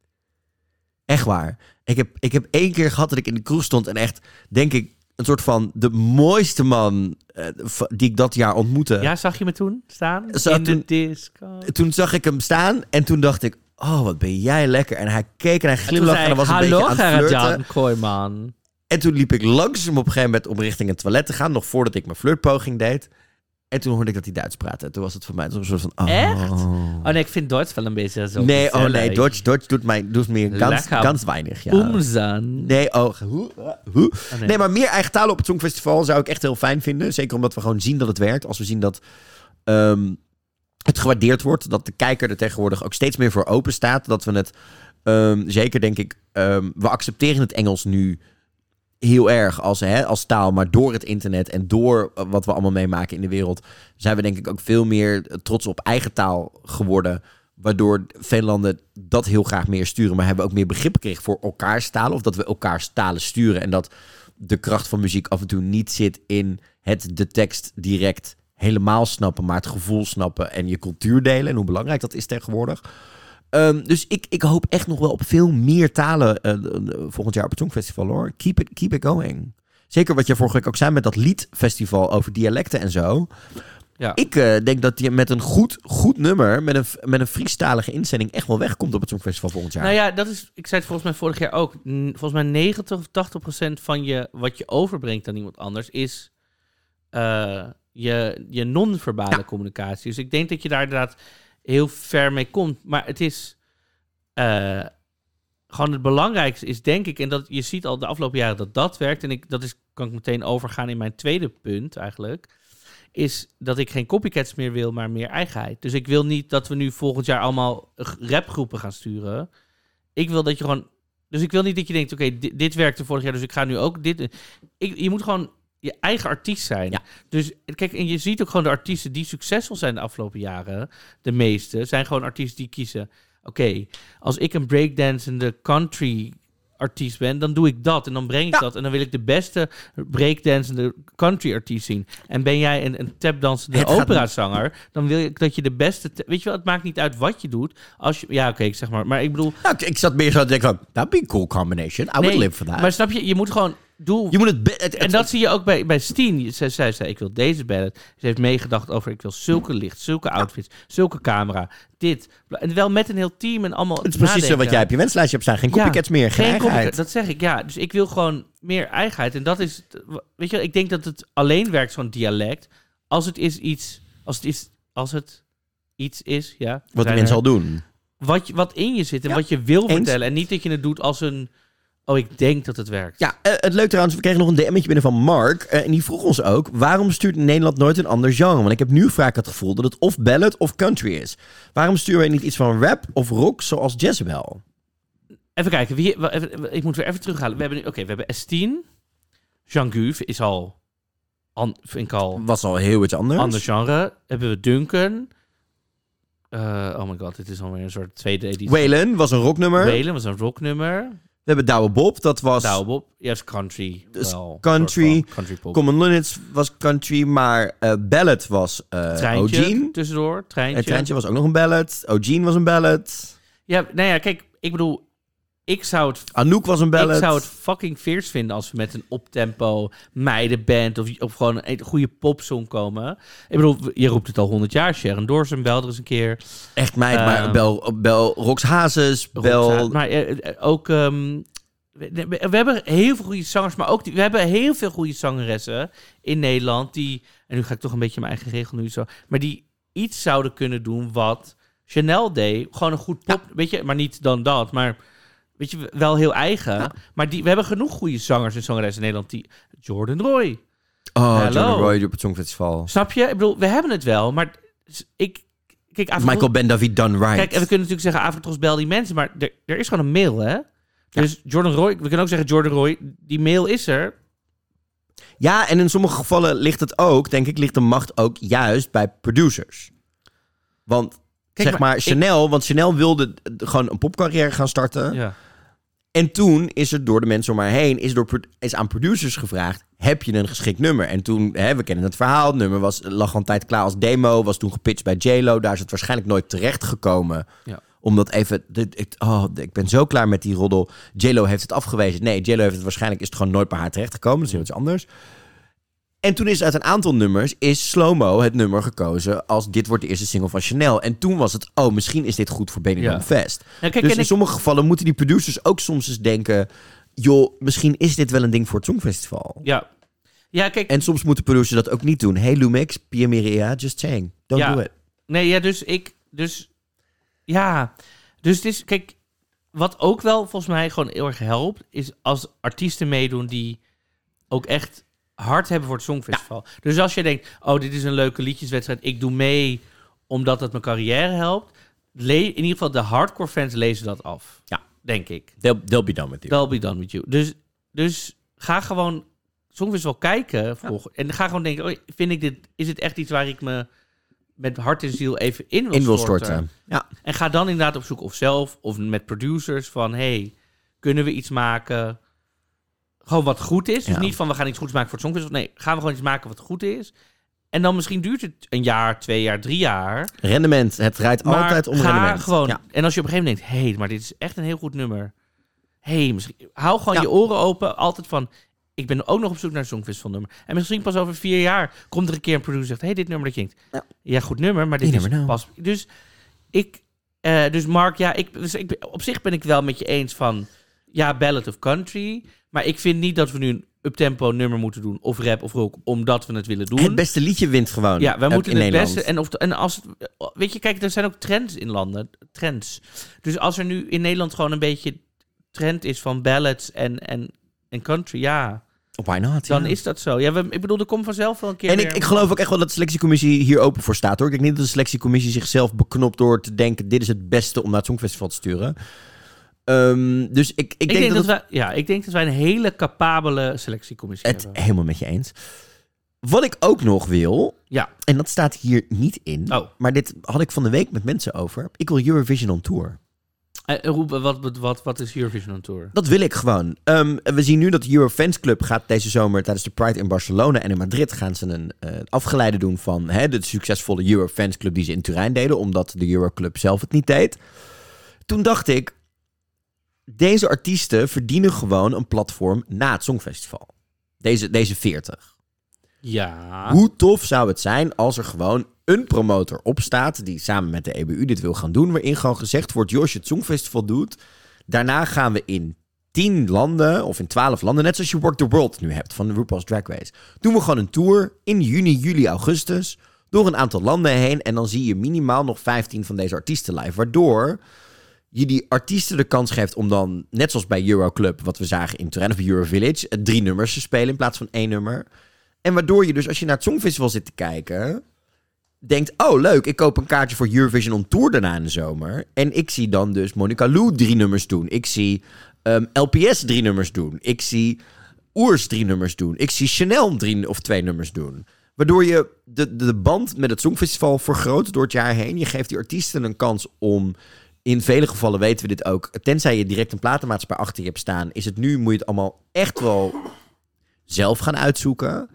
Echt waar. Ik heb, ik heb één keer gehad dat ik in de kroeg stond en echt, denk ik, een soort van de mooiste man uh, die ik dat jaar ontmoette. Ja, zag je me toen staan? Zag in toen, de disco? Toen zag ik hem staan en toen dacht ik, oh, wat ben jij lekker. En hij keek en hij glimlachte en, en was een beetje aan het flirten. Kooijman. En toen liep ik langzaam op een gegeven moment om richting het toilet te gaan, nog voordat ik mijn flirtpoging deed. En toen hoorde ik dat hij Duits praatte. En toen was het voor mij een soort van... Oh. Echt? Oh nee, ik vind Duits wel een beetje zo. Nee, oh nee, Duits, Duits doet mij doet meer ganz, ganz weinig. Ja. Umzaan. Nee, oh, hoe, hoe? Oh, nee. Nee, maar meer eigen talen op het Songfestival zou ik echt heel fijn vinden. Zeker omdat we gewoon zien dat het werkt. Als we zien dat um, het gewaardeerd wordt. Dat de kijker er tegenwoordig ook steeds meer voor open staat. Dat we het, um, zeker denk ik... Um, we accepteren het Engels nu heel erg als, hè, als taal. Maar door het internet en door wat we allemaal meemaken in de wereld... zijn we denk ik ook veel meer trots op eigen taal geworden... Waardoor veel landen dat heel graag meer sturen. Maar hebben ook meer begrip gekregen voor elkaars talen. Of dat we elkaars talen sturen. En dat de kracht van muziek af en toe niet zit in het de tekst direct helemaal snappen. Maar het gevoel snappen en je cultuur delen. En hoe belangrijk dat is tegenwoordig. Um, dus ik, ik hoop echt nog wel op veel meer talen uh, uh, volgend jaar op het Songfestival hoor. Keep it, keep it going. Zeker wat je vorige week ook zei met dat liedfestival over dialecten en zo. Ja. Ik uh, denk dat je met een goed, goed nummer, met een, met een Friestalige inzending, echt wel wegkomt op het Songfestival volgend jaar. Nou ja, dat is, ik zei het volgens mij vorig jaar ook. N- volgens mij negentig of tachtig procent van je, wat je overbrengt aan iemand anders is uh, je, je non-verbale Ja. communicatie. Dus ik denk dat je daar inderdaad heel ver mee komt. Maar het is uh, gewoon het belangrijkste is denk ik, en dat je ziet al de afgelopen jaren dat dat werkt. En ik, dat is, kan ik meteen overgaan in mijn tweede punt eigenlijk. Is dat ik geen copycats meer wil, maar meer eigenheid. Dus ik wil niet dat we nu volgend jaar allemaal rapgroepen gaan sturen. Ik wil dat je gewoon... Dus ik wil niet dat je denkt, oké, okay, dit, dit werkte vorig jaar, dus ik ga nu ook dit... Ik, je moet gewoon je eigen artiest zijn. Ja. Dus kijk, en je ziet ook gewoon de artiesten die succesvol zijn de afgelopen jaren, de meeste, zijn gewoon artiesten die kiezen... Oké, okay, als ik een breakdancende country... artiest ben, dan doe ik dat en dan breng ik ja. dat en dan wil ik de beste breakdancende country artiest zien. En ben jij een, een tapdansende operazanger, dan wil ik dat je de beste... Te- Weet je wel, het maakt niet uit wat je doet. Als je, ja, oké, okay, ik zeg maar, maar ik bedoel... Nou, ik, ik zat meer zo te denken van, that'd be a cool combination. I nee, would live for that. Maar snap je, je moet gewoon... Doe, je moet het, be- het, het en dat zie je ook bij, bij Steen. Zij zei, zei, ik wil deze ballad. Ze heeft meegedacht over, ik wil zulke licht, zulke outfits, zulke camera, dit. En wel met een heel team en allemaal Het is precies nadenken. zo wat jij op je wenslijstje hebt staan. Geen copycats ja, meer, geen, geen eigenheid. copycat, dat zeg ik, ja. Dus ik wil gewoon meer eigenheid. En dat is, weet je, ik denk dat het alleen werkt, zo'n dialect, als het is iets, als het is, als het iets is, ja. Wat de mensen al doen. Wat, je, wat in je zit en ja, wat je wil eens. vertellen. En niet dat je het doet als een... Oh, ik denk dat het werkt. Ja, uh, het leuke trouwens, we kregen nog een D M'tje binnen van Mark. Uh, en die vroeg ons ook, waarom stuurt Nederland nooit een ander genre? Want ik heb nu vaak het gevoel dat het of ballad of country is. Waarom sturen wij niet iets van rap of rock zoals Jezebel? Even kijken, wie, even, ik moet weer even terughalen. We hebben nu, oké, okay, we hebben Estine. Jean Guve is al, an, vind ik al... Was al heel iets anders. Ander genre. Hebben we Duncan. Uh, oh my god, dit is alweer een soort tweede editie. Waylon was een rocknummer. Waylon was een rocknummer. We hebben Douwe Bob, dat was... Douwe Bob, ja, is country. Dus wel, country. country pop. Common Linnets was country, maar uh, ballad was uh, Treintje O'Gene. tussendoor, Treintje. Het Treintje was ook nog een ballad. O'Gene was een ballad. Ja, nou ja, kijk, ik bedoel... Ik zou het... Anouk was een ballad. Ik zou het fucking fierce vinden als we met een optempo meidenband of, of gewoon een goede popsong komen. Ik bedoel, je roept het al honderd jaar. Sharon Dawson, bel er eens een keer. Echt meid, Uh, maar bel, bel Rox Hazes, bel... Roxanne, maar uh, ook... Um, we, we hebben heel veel goede zangers, maar ook... Die, we hebben heel veel goede zangeressen in Nederland die... En nu ga ik toch een beetje mijn eigen regel nu zo... Maar die iets zouden kunnen doen wat Chanel deed. Gewoon een goed pop... Ja. Weet je, maar niet dan dat, maar... Weet je, wel heel eigen. Ja. Maar die, we hebben genoeg goede zangers en zangeressen in Nederland. Die, Jordan Roy. Oh, Hallo. Jordan Roy op het Songfestival. Snap je? Ik bedoel, we hebben het wel, maar ik... Kijk, Afro- Michael Ben David Done Right. Kijk, en we kunnen natuurlijk zeggen, Afrotros bel die mensen, maar er, er is gewoon een mail, hè? Dus ja. Jordan Roy, we kunnen ook zeggen, Jordan Roy, die mail is er. Ja, en in sommige gevallen ligt het ook, denk ik, ligt de macht ook juist bij producers. Want... Kijk, zeg maar, maar Chanel, ik... want Chanel wilde gewoon een popcarrière gaan starten. Ja. En toen is er door de mensen om haar heen, is, door, is aan producers gevraagd, heb je een geschikt nummer? En toen, hè, we kennen het verhaal, het nummer was, lag al een tijd klaar als demo, was toen gepitcht bij J-Lo, daar is het waarschijnlijk nooit terecht gekomen. Ja. Omdat even, ik, oh, ik ben zo klaar met die roddel. J-Lo heeft het afgewezen. Nee, J-Lo heeft het waarschijnlijk, is het gewoon nooit bij haar terecht gekomen. Dat is iets anders. En toen is uit een aantal nummers is Slow-Mo het nummer gekozen als dit wordt de eerste single van Chanel. En toen was het, oh, misschien is dit goed voor Benidorm ja. Fest. Ja, kijk, dus in ik... sommige gevallen moeten die producers ook soms eens denken, joh, misschien is dit wel een ding voor het Songfestival. Ja, Ja, kijk. En soms moeten producers dat ook niet doen. Hey Lumix, Pia Mireia, just saying. Don't Ja. do it. Nee, ja, dus ik... Dus... Ja. Dus het is... Kijk, wat ook wel volgens mij gewoon heel erg helpt... is als artiesten meedoen die ook echt hard hebben voor het Songfestival. Ja. Dus als je denkt... Oh, dit is een leuke liedjeswedstrijd. Ik doe mee omdat het mijn carrière helpt. Le- in ieder geval de hardcore fans lezen dat af. Ja. Denk ik. They'll, they'll be done with you. They'll be done with you. Dus, dus ga gewoon Songfestival kijken. Volgen, ja. En ga gewoon denken... Oh, vind ik dit... Is het echt iets waar ik me... met hart en ziel even in wil, in wil storten. storten. Ja. En ga dan inderdaad op zoek of zelf of met producers van... hey, kunnen we iets maken... gewoon wat goed is. Dus Ja. niet van we gaan iets goeds maken voor het Songfestival. Nee, gaan we gewoon iets maken wat goed is. En dan misschien duurt het een jaar, twee jaar, drie jaar. Rendement. Het draait Maar altijd om ga rendement. gewoon... Ja. En als je op een gegeven moment denkt... hé, hey, maar dit is echt een heel goed nummer. Hé, hey, misschien... Hou gewoon Ja. je oren open. Altijd van... Ik ben ook nog op zoek naar een Songfestival nummer. En misschien pas over vier jaar komt er een keer een producer zegt... Hé, hey, dit nummer dat je denkt... Ja. Ja, goed nummer, maar dit You is never know. pas... Dus ik... eh, dus Mark, ja, ik, dus ik, ben- op zich ben ik wel met je eens van... Ja, ballad of country. Maar ik vind niet dat we nu een uptempo nummer moeten doen... of rap of rock, omdat we het willen doen. Het beste liedje wint gewoon. Ja, wij eh, moeten in het Nederland. beste... En, of, en als het, weet je, kijk, er zijn ook trends in landen. Trends. Dus als er nu in Nederland gewoon een beetje trend is van ballads en, en, en country, ja... Why not? Dan ja. is dat zo. Ja, we, ik bedoel, er komt vanzelf wel een keer En weer... ik, ik geloof ook echt wel dat de selectiecommissie hier open voor staat, hoor. Ik denk niet dat de selectiecommissie zichzelf beknopt door te denken... dit is het beste om naar het Songfestival te sturen. Um, dus ik, ik, Ik denk, denk dat, dat, wij, ja, ik denk dat wij een hele capabele selectiecommissie het hebben. helemaal met je eens. Wat ik ook nog wil, Ja. en dat staat hier niet in... Oh. maar dit had ik van de week met mensen over. Ik wil Eurovision on Tour. Eh, Roep, wat, wat, wat, wat is Eurovision on Tour? Dat wil ik gewoon. Um, we zien nu dat de Eurofans Club gaat deze zomer tijdens de Pride in Barcelona en in Madrid gaan ze een uh, afgeleide doen van hè, de succesvolle Eurofans Club die ze in Turijn deden, omdat de Euroclub zelf het niet deed. Toen dacht ik, deze artiesten verdienen gewoon een platform na het Songfestival. Deze, deze veertig. Ja. Hoe tof zou het zijn als er gewoon een promotor opstaat die samen met de E B U dit wil gaan doen, waarin gewoon gezegd wordt, joh, als je het Songfestival doet, daarna gaan we in tien landen of in twaalf landen, net zoals je Rock the World nu hebt van RuPaul's Drag Race, doen we gewoon een tour in juni, juli, augustus door een aantal landen heen en dan zie je minimaal nog vijftien van deze artiesten live, waardoor je die artiesten de kans geeft om dan, net zoals bij Euroclub, wat we zagen in Turijn of Eurovillage, drie nummers te spelen in plaats van één nummer. En waardoor je dus, als je naar het Songfestival zit te kijken, denkt, oh leuk, ik koop een kaartje voor Eurovision on Tour daarna in de zomer. En ik zie dan dus Monica Lou drie nummers doen. Ik zie um, L P S drie nummers doen. Ik zie Oers drie nummers doen. Ik zie Chanel drie of twee nummers doen. Waardoor je de, de band met het Songfestival vergroot door het jaar heen. Je geeft die artiesten een kans om, in vele gevallen weten we dit ook, tenzij je direct een platenmaatschappij achter je hebt staan, is het nu, moet je het allemaal echt wel zelf gaan uitzoeken.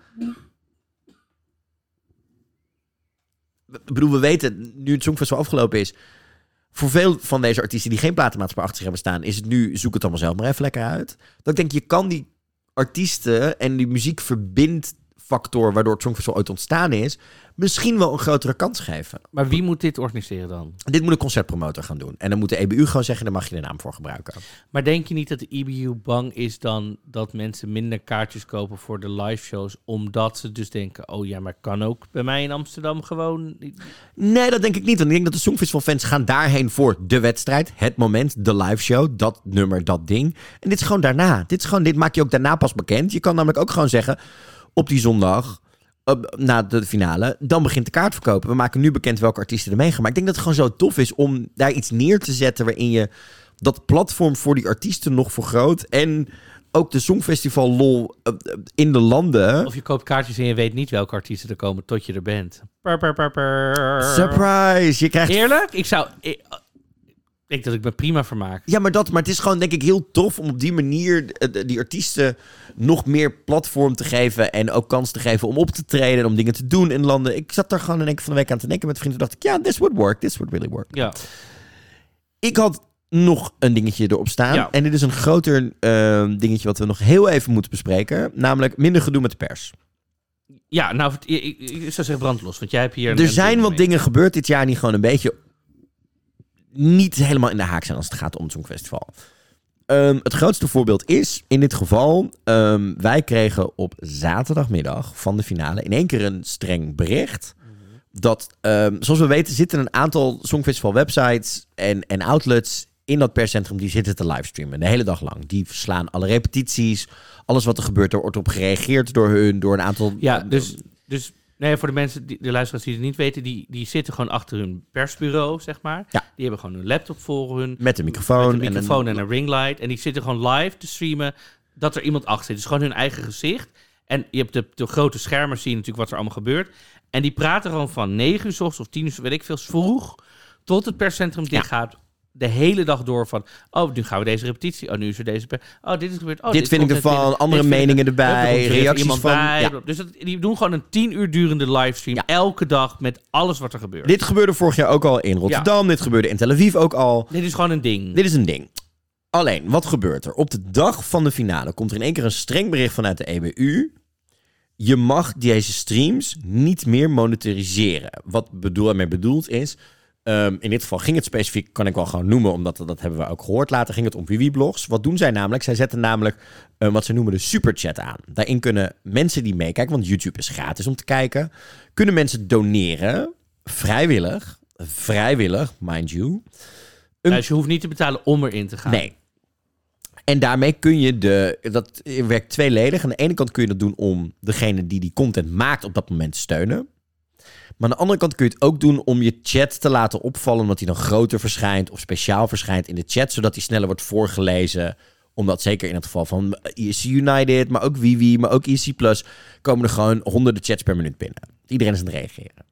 Ik bedoel, we weten, nu het Songfestival afgelopen is, voor veel van deze artiesten die geen platenmaatschappij achter zich hebben staan, is het nu, zoek het allemaal zelf maar even lekker uit. Dat ik denk, je kan die artiesten en die muziekverbindfactor waardoor het Songfestival ooit ontstaan is, misschien wel een grotere kans geven. Maar wie moet dit organiseren dan? Dit moet een concertpromotor gaan doen. En dan moet de E B U gewoon zeggen, daar mag je de naam voor gebruiken. Maar denk je niet dat de E B U bang is dan dat mensen minder kaartjes kopen voor de live shows, omdat ze dus denken, oh ja, maar kan ook bij mij in Amsterdam gewoon... Nee, dat denk ik niet. Want ik denk dat de Songfestival-fans gaan daarheen voor de wedstrijd, het moment, de live show, dat nummer, dat ding. En dit is gewoon daarna. Dit is gewoon, dit maak je ook daarna pas bekend. Je kan namelijk ook gewoon zeggen, op die zondag, uh, na de finale, dan begint de kaartverkopen. We maken nu bekend welke artiesten er meegaan. Maar ik denk dat het gewoon zo tof is om daar iets neer te zetten waarin je dat platform voor die artiesten nog vergroot en ook de Songfestival lol uh, in de landen. Of je koopt kaartjes en je weet niet welke artiesten er komen tot je er bent. Per, per, per, per. Surprise! Je krijgt... Eerlijk? Ik zou... Ik, ik denk dat ik me prima vermaak. Ja, maar, dat, maar het is gewoon denk ik heel tof om op die manier uh, die artiesten nog meer platform te geven en ook kans te geven om op te treden en om dingen te doen in landen. Ik zat daar gewoon in een van de week aan te denken met vrienden. Toen dacht ik, ja, this would work. This would really work. Ja. Ik had nog een dingetje erop staan. Ja. En dit is een groter uh, dingetje wat we nog heel even moeten bespreken. Namelijk minder gedoe met de pers. Ja, nou, ik, ik, ik zou zeggen brandlos, want jij hebt hier... Er zijn wat dingen gebeurd dit jaar die gewoon een beetje niet helemaal in de haak zijn als het gaat om het Songfestival. Um, het grootste voorbeeld is, in dit geval, um, wij kregen op zaterdagmiddag van de finale in één keer een streng bericht. Mm-hmm. Dat, um, zoals we weten, zitten een aantal Songfestival websites en, en outlets in dat perscentrum, die zitten te livestreamen de hele dag lang. Die verslaan alle repetities, alles wat er gebeurt, er wordt op gereageerd door hun, door een aantal... Ja, dus... dus... Nee, voor de mensen, die, de luisteraars die het niet weten, die, die zitten gewoon achter hun persbureau, zeg maar. Ja. Die hebben gewoon hun laptop voor hun. Met een microfoon. Met een microfoon en een, en een ringlight. En die zitten gewoon live te streamen dat er iemand achter zit. Dus gewoon hun eigen gezicht. En je hebt de, de grote schermen, zie je natuurlijk wat er allemaal gebeurt. En die praten gewoon van negen uur 's ochtends of tien uur, weet ik veel, vroeg, tot het perscentrum dicht gaat. Ja. De hele dag door van, oh, nu gaan we deze repetitie. Oh, nu is er deze... Per- oh, dit is gebeurd. Oh, dit, dit vind ik ervan, dit, andere dit meningen ik, erbij, reacties van... Bij. Ja. Dus dat, die doen gewoon een tien uur durende livestream. Ja. Elke dag met alles wat er gebeurt. Dit gebeurde vorig jaar ook al in Rotterdam. Ja. Dit gebeurde in Tel Aviv ook al. Dit is gewoon een ding. Dit is een ding. Alleen, wat gebeurt er? Op de dag van de finale komt er in één keer een streng bericht vanuit de E B U. Je mag deze streams niet meer monitoriseren. Wat bedoel, ermee bedoeld is... Um, in dit geval ging het specifiek, kan ik wel gewoon noemen, omdat dat hebben we ook gehoord. Later ging het om Wiwi-blogs. Wat doen zij namelijk? Zij zetten namelijk uh, wat ze noemen de superchat aan. Daarin kunnen mensen die meekijken, want YouTube is gratis om te kijken, kunnen mensen doneren, vrijwillig, vrijwillig, mind you. Een... Ja, dus je hoeft niet te betalen om erin te gaan. Nee. En daarmee kun je de... Dat werkt tweeledig. Aan de ene kant kun je dat doen om degene die die content maakt op dat moment te steunen. Maar aan de andere kant kun je het ook doen om je chat te laten opvallen, omdat hij dan groter verschijnt of speciaal verschijnt in de chat, zodat hij sneller wordt voorgelezen. Omdat zeker in het geval van E S C United, maar ook Wiwi, maar ook E S C Plus, komen er gewoon honderden chats per minuut binnen. Iedereen is aan het reageren.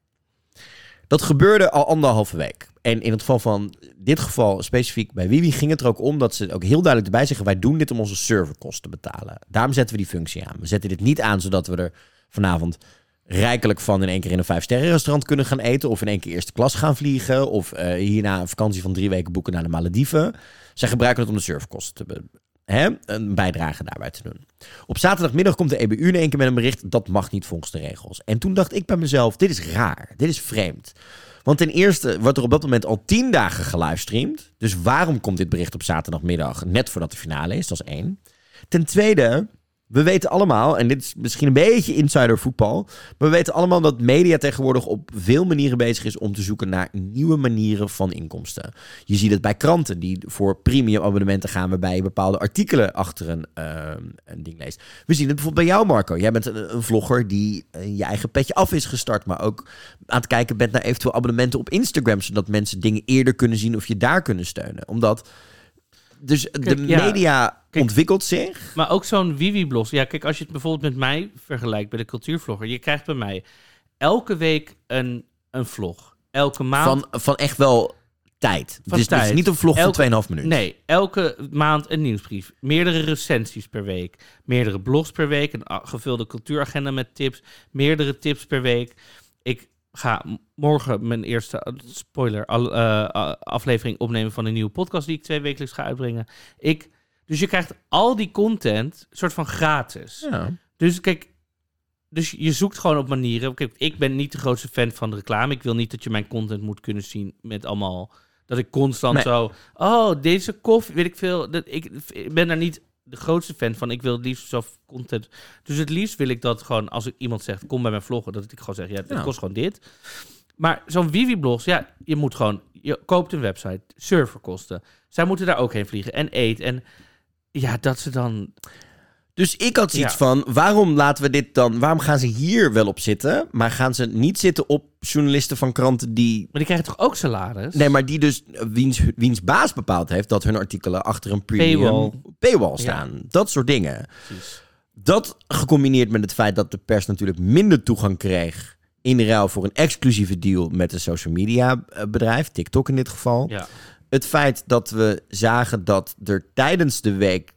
Dat gebeurde al anderhalve week. En in het geval van dit geval specifiek bij Wiwi ging het er ook om dat ze ook heel duidelijk erbij zeggen, wij doen dit om onze serverkosten te betalen. Daarom zetten we die functie aan. We zetten dit niet aan zodat we er vanavond rijkelijk van in één keer in een vijf-sterren restaurant kunnen gaan eten, of in één keer eerste klas gaan vliegen, of uh, hierna een vakantie van drie weken boeken naar de Malediven. Zij gebruiken het om de serverkosten te be- hè, een bijdrage daarbij te doen. Op zaterdagmiddag komt de E B U in één keer met een bericht, dat mag niet volgens de regels. En toen dacht ik bij mezelf, dit is raar, dit is vreemd. Want ten eerste wordt er op dat moment al tien dagen gelivestreamd. Dus waarom komt dit bericht op zaterdagmiddag net voordat de finale is? Dat is één. Ten tweede, we weten allemaal, en dit is misschien een beetje insider voetbal, maar we weten allemaal dat media tegenwoordig op veel manieren bezig is om te zoeken naar nieuwe manieren van inkomsten. Je ziet het bij kranten die voor premium abonnementen gaan, waarbij je bepaalde artikelen achter een, uh, een ding leest. We zien het bijvoorbeeld bij jou, Marco. Jij bent een, een vlogger die uh, je eigen petje af is gestart, maar ook aan het kijken bent naar eventueel abonnementen op Instagram, zodat mensen dingen eerder kunnen zien of je daar kunnen steunen. Omdat dus kijk, de media ja, kijk, ontwikkelt zich. Maar ook zo'n Wiwi-blog. Ja, kijk, als je het bijvoorbeeld met mij vergelijkt bij de cultuurvlogger. Je krijgt bij mij elke week een, een vlog. Elke maand. Van, van echt wel tijd. Van dus, tijd. Het is niet een vlog elke, van twee en een half minuut. Nee, elke maand een nieuwsbrief. Meerdere recensies per week. Meerdere blogs per week. Een gevulde cultuuragenda met tips. Meerdere tips per week. Ik ga morgen mijn eerste, spoiler, al, uh, aflevering opnemen van een nieuwe podcast die ik twee wekelijks ga uitbrengen. Ik, dus je krijgt al die content soort van gratis. Ja. Dus kijk, dus je zoekt gewoon op manieren. Kijk, ik ben niet de grootste fan van de reclame. Ik wil niet dat je mijn content moet kunnen zien met allemaal, dat ik constant nee. zo, oh, deze koffie, weet ik veel. Dat, ik, ik ben daar niet de grootste fan van. Ik wil het liefst zelf content. Dus het liefst wil ik dat gewoon, als ik iemand zegt, kom bij mijn vloggen, dat ik gewoon zeg, ja, het ja. kost gewoon dit. Maar zo'n Wiwi-blogs, ja, je moet gewoon, je koopt een website, serverkosten. Zij moeten daar ook heen vliegen en eten. En ja, dat ze dan... Dus ik had zoiets ja. van, waarom laten we dit dan, waarom gaan ze hier wel op zitten, maar gaan ze niet zitten op journalisten van kranten die... Maar die krijgen toch ook salaris? Nee, maar die dus, wiens, wiens baas bepaald heeft dat hun artikelen achter een premium paywall, paywall staan. Ja. Dat soort dingen. Precies. Dat gecombineerd met het feit dat de pers natuurlijk minder toegang kreeg in de ruil voor een exclusieve deal met een social media bedrijf, TikTok in dit geval. Ja. Het feit dat we zagen dat er tijdens de week,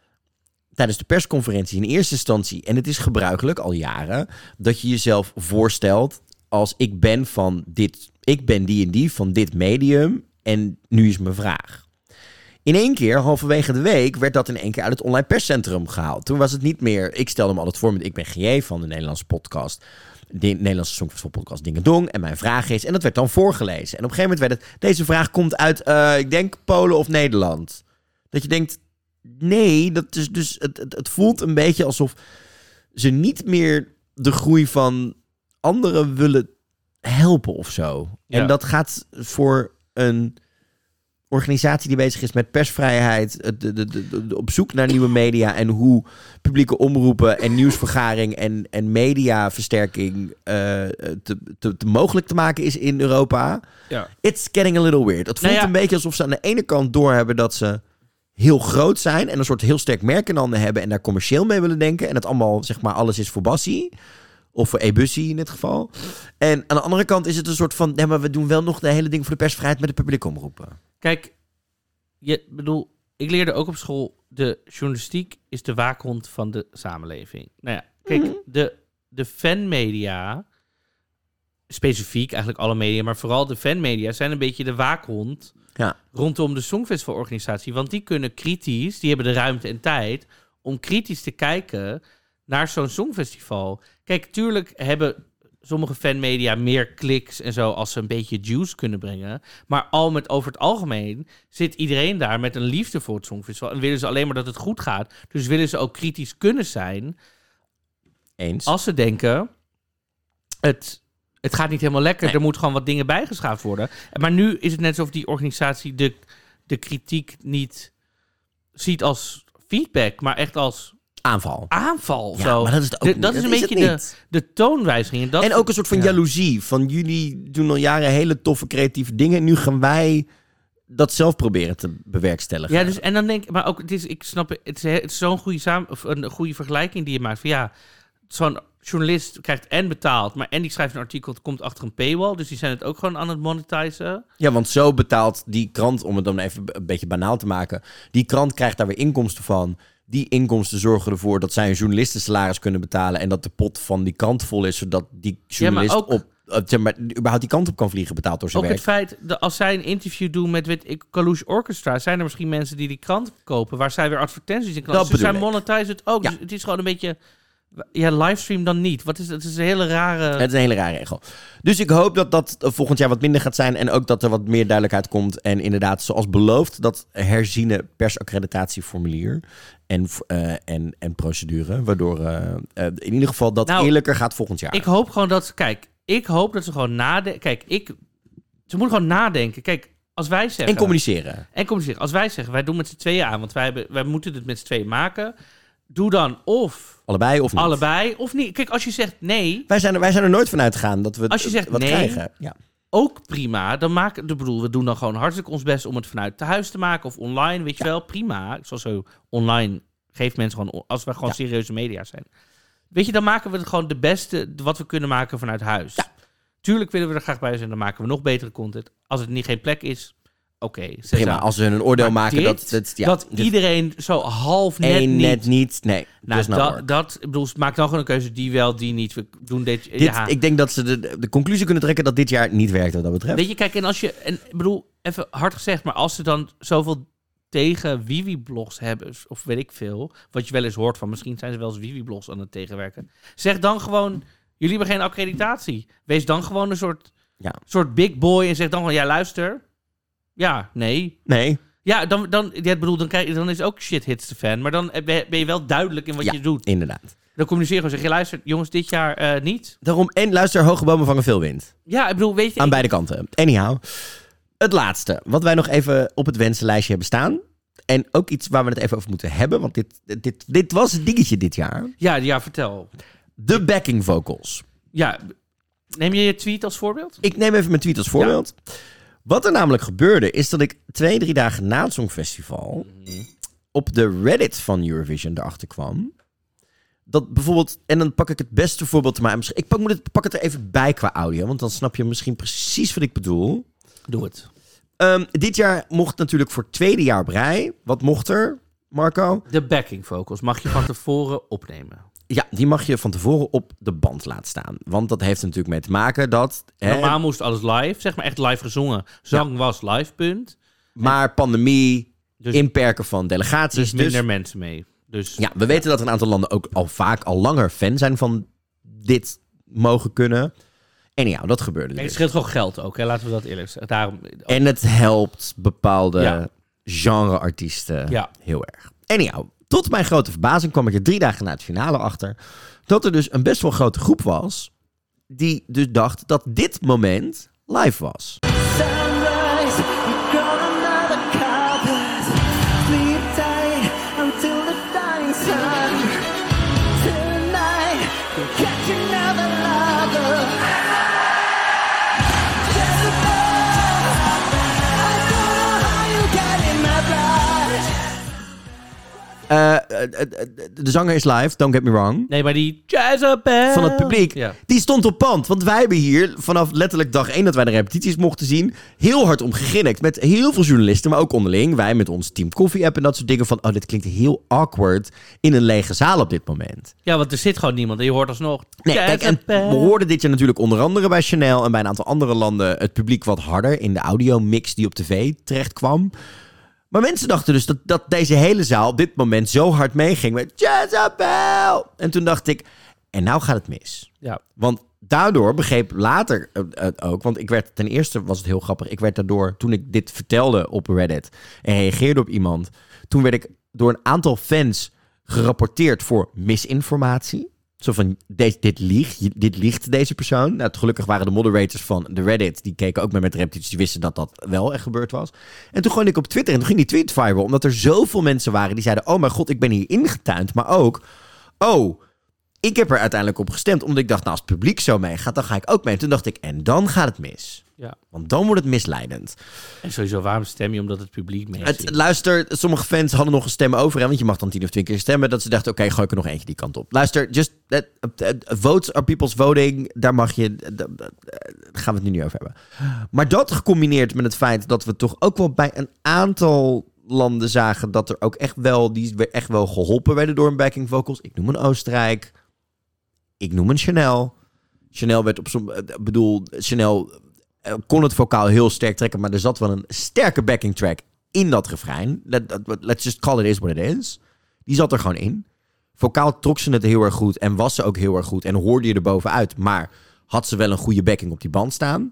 tijdens de persconferentie in eerste instantie, en het is gebruikelijk al jaren, dat je jezelf voorstelt als ik ben van dit, ik ben die en die van dit medium en nu is mijn vraag. In één keer, halverwege de week, werd dat in één keer uit het online perscentrum gehaald. Toen was het niet meer, ik stelde me altijd voor met ik ben G J van de Nederlandse podcast, de Nederlandse Songfestival podcast Dingedong. En mijn vraag is, en dat werd dan voorgelezen. En op een gegeven moment werd het, deze vraag komt uit, uh, ik denk Polen of Nederland. Dat je denkt, Nee, dat is dus, het, het, het voelt een beetje alsof ze niet meer de groei van anderen willen helpen of zo. Ja. En dat gaat voor een organisatie die bezig is met persvrijheid, de, de, de, de, op zoek naar nieuwe media en hoe publieke omroepen en nieuwsvergaring en, en mediaversterking uh, te, te, te mogelijk te maken is in Europa. Ja. It's getting a little weird. Het voelt Nou ja. een beetje alsof ze aan de ene kant doorhebben dat ze heel groot zijn en een soort heel sterk merk in handen hebben en daar commercieel mee willen denken en het allemaal, zeg maar, alles is voor Bassie. Of voor Ebussi in dit geval. En aan de andere kant is het een soort van, nee, maar we doen wel nog de hele ding voor de persvrijheid met de publieke omroepen. Kijk, je bedoel, ik leerde ook op school, de journalistiek is de waakhond van de samenleving. Nou ja, kijk, Mhm. de, de fanmedia, specifiek eigenlijk alle media, maar vooral de fanmedia, zijn een beetje de waakhond Ja. rondom de Songfestivalorganisatie. Want die kunnen kritisch, die hebben de ruimte en tijd om kritisch te kijken naar zo'n Songfestival. Kijk, tuurlijk hebben sommige fanmedia meer kliks en zo als ze een beetje juice kunnen brengen. Maar al met over het algemeen zit iedereen daar met een liefde voor het Songfestival en willen ze alleen maar dat het goed gaat. Dus willen ze ook kritisch kunnen zijn Eens. als ze denken, het, het gaat niet helemaal lekker, Nee. er moet gewoon wat dingen bijgeschaafd worden. Maar nu is het net alsof die organisatie de, de kritiek niet ziet als feedback, maar echt als Aanval. aanval of Ja, zo. maar dat is het ook De- niet. dat is een het beetje de, niet. de toonwijziging. En, dat En ook een soort van ja. jaloezie. Van jullie doen al jaren hele toffe creatieve dingen. En nu gaan wij dat zelf proberen te bewerkstelligen. Ja, dus en dan denk ik, maar ook, het is, ik snap, het het is, het is zo'n goede samen, of een goede vergelijking die je maakt. Van ja, zo'n journalist krijgt en betaald, maar en die schrijft een artikel, het komt achter een paywall, dus die zijn het ook gewoon aan het monetizen. Ja, want zo betaalt die krant, om het dan even een beetje banaal te maken, die krant krijgt daar weer inkomsten van. Die inkomsten zorgen ervoor dat zij een journalistensalaris kunnen betalen en dat de pot van die krant vol is, zodat die journalist ook- op, uh, zeg maar, überhaupt die kant op kan vliegen, betaald door zijn Ook werk. het feit dat als zij een interview doen met weet ik, Kalush Orchestra, zijn er misschien mensen die die krant kopen, waar zij weer advertenties in Dat krijgen. Dus zij bedoel ik. monetizen het ook. Ja. Dus het is gewoon een beetje, ja, livestream dan niet. Wat is het? Het is een hele rare. Het is een hele rare regel. Dus ik hoop dat dat volgend jaar wat minder gaat zijn. En ook dat er wat meer duidelijkheid komt. En inderdaad, zoals beloofd, dat herziene persaccreditatieformulier en, uh, en, en procedure. Waardoor uh, uh, in ieder geval dat Nou, eerlijker gaat volgend jaar. Ik hoop gewoon dat, kijk, ik hoop dat ze gewoon nadenken. Kijk, ik, ze moeten gewoon nadenken. Kijk, als wij zeggen. En communiceren. En communiceren. Als wij zeggen, wij doen met z'n tweeën aan, want wij, hebben, wij moeten het met z'n tweeën maken. Doe dan of Allebei of niet? allebei of niet. Kijk, als je zegt nee, Wij zijn, er, wij zijn er nooit van uitgegaan dat we Als je zegt wat nee, krijgen. Ja. ook prima. Dan maken, ik bedoel, we doen dan gewoon hartstikke ons best om het vanuit thuis te maken of online, weet je wel, prima. Zoals zo online geeft mensen gewoon, als we gewoon Ja. serieuze media zijn. Weet je, dan maken we het gewoon de beste wat we kunnen maken vanuit huis. Ja. Tuurlijk willen we er graag bij zijn, dan maken we nog betere content. Als het niet geen plek is, oké. Okay, Prima, als ze een oordeel Maar maken dit, dat... dat, ja, dat dit- iedereen zo half net één niet... net niet. Nee, Nou, does not dat, work. dat, ik bedoel, maak dan gewoon een keuze, die wel, die niet. We doen dit, Dit, ja. Ik denk dat ze de, de conclusie kunnen trekken dat dit jaar niet werkt wat dat betreft. Weet je, kijk, en als je, en ik bedoel, even hard gezegd, maar als ze dan zoveel tegen Wiwi-blogs hebben, of weet ik veel, wat je wel eens hoort van, misschien zijn ze wel eens Wiwi-blogs aan het tegenwerken. Zeg dan gewoon, jullie hebben geen accreditatie. Wees dan gewoon een soort, Ja. soort big boy en zeg dan gewoon, ja, luister. Ja, nee. Nee. Ja, dan, dan, ja, ik bedoel, dan, krijg, je- dan is ook shit hits de fan, maar dan ben je wel duidelijk in wat Ja. je doet. Inderdaad. Dan communiceer je gewoon, zeg je, luister, jongens, dit jaar eh, niet. Daarom, en luister, hoge bomen vangen veel wind. Ja, ik bedoel, weet je... Aan ik- beide kanten. Anyhow. Het laatste, wat wij nog even op het wensenlijstje hebben staan. En ook iets waar we het even over moeten hebben. Want dit, dit, dit was het dingetje dit jaar. Ja, ja, vertel. De backing vocals. Ja, neem je je tweet als voorbeeld? Ik neem even mijn tweet als voorbeeld. Wat er namelijk gebeurde, is dat ik twee, drie dagen na het Songfestival op de Reddit van Eurovision erachter kwam. Dat bijvoorbeeld, en dan pak ik het beste voorbeeld maar misschien. Ik pak, moet het, pak het er even bij qua audio, want dan snap je misschien precies wat ik bedoel. Doe het. Um, dit jaar mocht natuurlijk voor het tweede jaar op rij. Wat mocht er, Marco? De backing vocals mag je van tevoren opnemen. Ja, die mag je van tevoren op de band laten staan. Want dat heeft er natuurlijk mee te maken dat... hè, Normaal moest alles live, zeg maar echt live gezongen. Zang was live, punt. maar pandemie, Dus, inperken van delegaties. dus minder Dus, mensen mee. Dus ja, we weten dat een aantal landen ook al vaak al langer fan zijn van dit mogen kunnen. En ja, dat gebeurde en het dus. scheelt gewoon geld ook, hè? Laten we dat eerlijk zeggen. Daarom, En het helpt bepaalde Ja. genre-artiesten Ja. heel erg. Anyhow, tot mijn grote verbazing kwam ik er drie dagen na het finale achter... dat er dus een best wel grote groep was... die dus dacht dat dit moment live was. Sunrise, we're gonna another carpet. Sleep tight until the dying sun. Tonight, we'll catch another lover. Jezebel, I don't know how you got in my blood. Uh, de zanger is live, don't get me wrong. Nee, maar die Jezebel Van het publiek, ja. die stond op pand. Want wij hebben hier vanaf letterlijk dag één dat wij de repetities mochten zien... heel hard om gegrinnikt. Met heel veel journalisten, maar ook onderling. Wij met ons Team Koffie App en dat soort dingen van... oh, dit klinkt heel awkward in een lege zaal op dit moment. Ja, want er zit gewoon niemand en je hoort alsnog... Nee, kijk, en we hoorden dit jaar natuurlijk onder andere bij Chanel... en bij een aantal andere landen het publiek wat harder... in de audiomix die op tv terecht kwam... Maar mensen dachten dus dat, dat deze hele zaal op dit moment zo hard meeging met Jezebel. En toen dacht ik, en nou gaat het mis. Ja. Want daardoor begreep later uh, uh, ook, want ik werd ten eerste, was het heel grappig, ik werd daardoor, toen ik dit vertelde op Reddit en reageerde op iemand, toen werd ik door een aantal fans gerapporteerd voor misinformatie. Zo van, dit, dit liegt, dit liegt deze persoon. Nou, gelukkig waren de moderators van de Reddit, die keken ook mee met repetities, die wisten dat dat wel echt gebeurd was. En toen gooide ik op Twitter en toen ging die tweet viral, omdat er zoveel mensen waren die zeiden, oh mijn god, ik ben hier ingetuind. Maar ook, oh, ik heb er uiteindelijk op gestemd, omdat ik dacht, nou, als het publiek zo meegaat, dan ga ik ook mee. En toen dacht ik, en dan gaat het mis. Ja. Want dan wordt het misleidend. En sowieso, waarom stem je? Omdat het publiek mee Het, luister, sommige fans hadden nog een stem over. Hè, want je mag dan tien of twintig keer stemmen. Dat ze dachten, oké, okay, gooi ik er nog eentje die kant op. Luister, just uh, uh, votes are people's voting. Daar mag je... Uh, uh, uh, gaan we het nu niet over hebben. Maar dat gecombineerd met het feit dat we toch ook wel bij een aantal landen zagen... dat er ook echt wel... die echt wel geholpen werden door een backing vocals. Ik noem een Oostenrijk. Ik noem een Chanel. Chanel werd op zo'n... Uh, bedoel, Chanel... kon het vocaal heel sterk trekken, maar er zat wel een sterke backing track in dat refrein. Let, let's just call it is what it is. Die zat er gewoon in. Vocaal trok ze het heel erg goed en was ze ook heel erg goed en hoorde je er bovenuit. Maar had ze wel een goede backing op die band staan?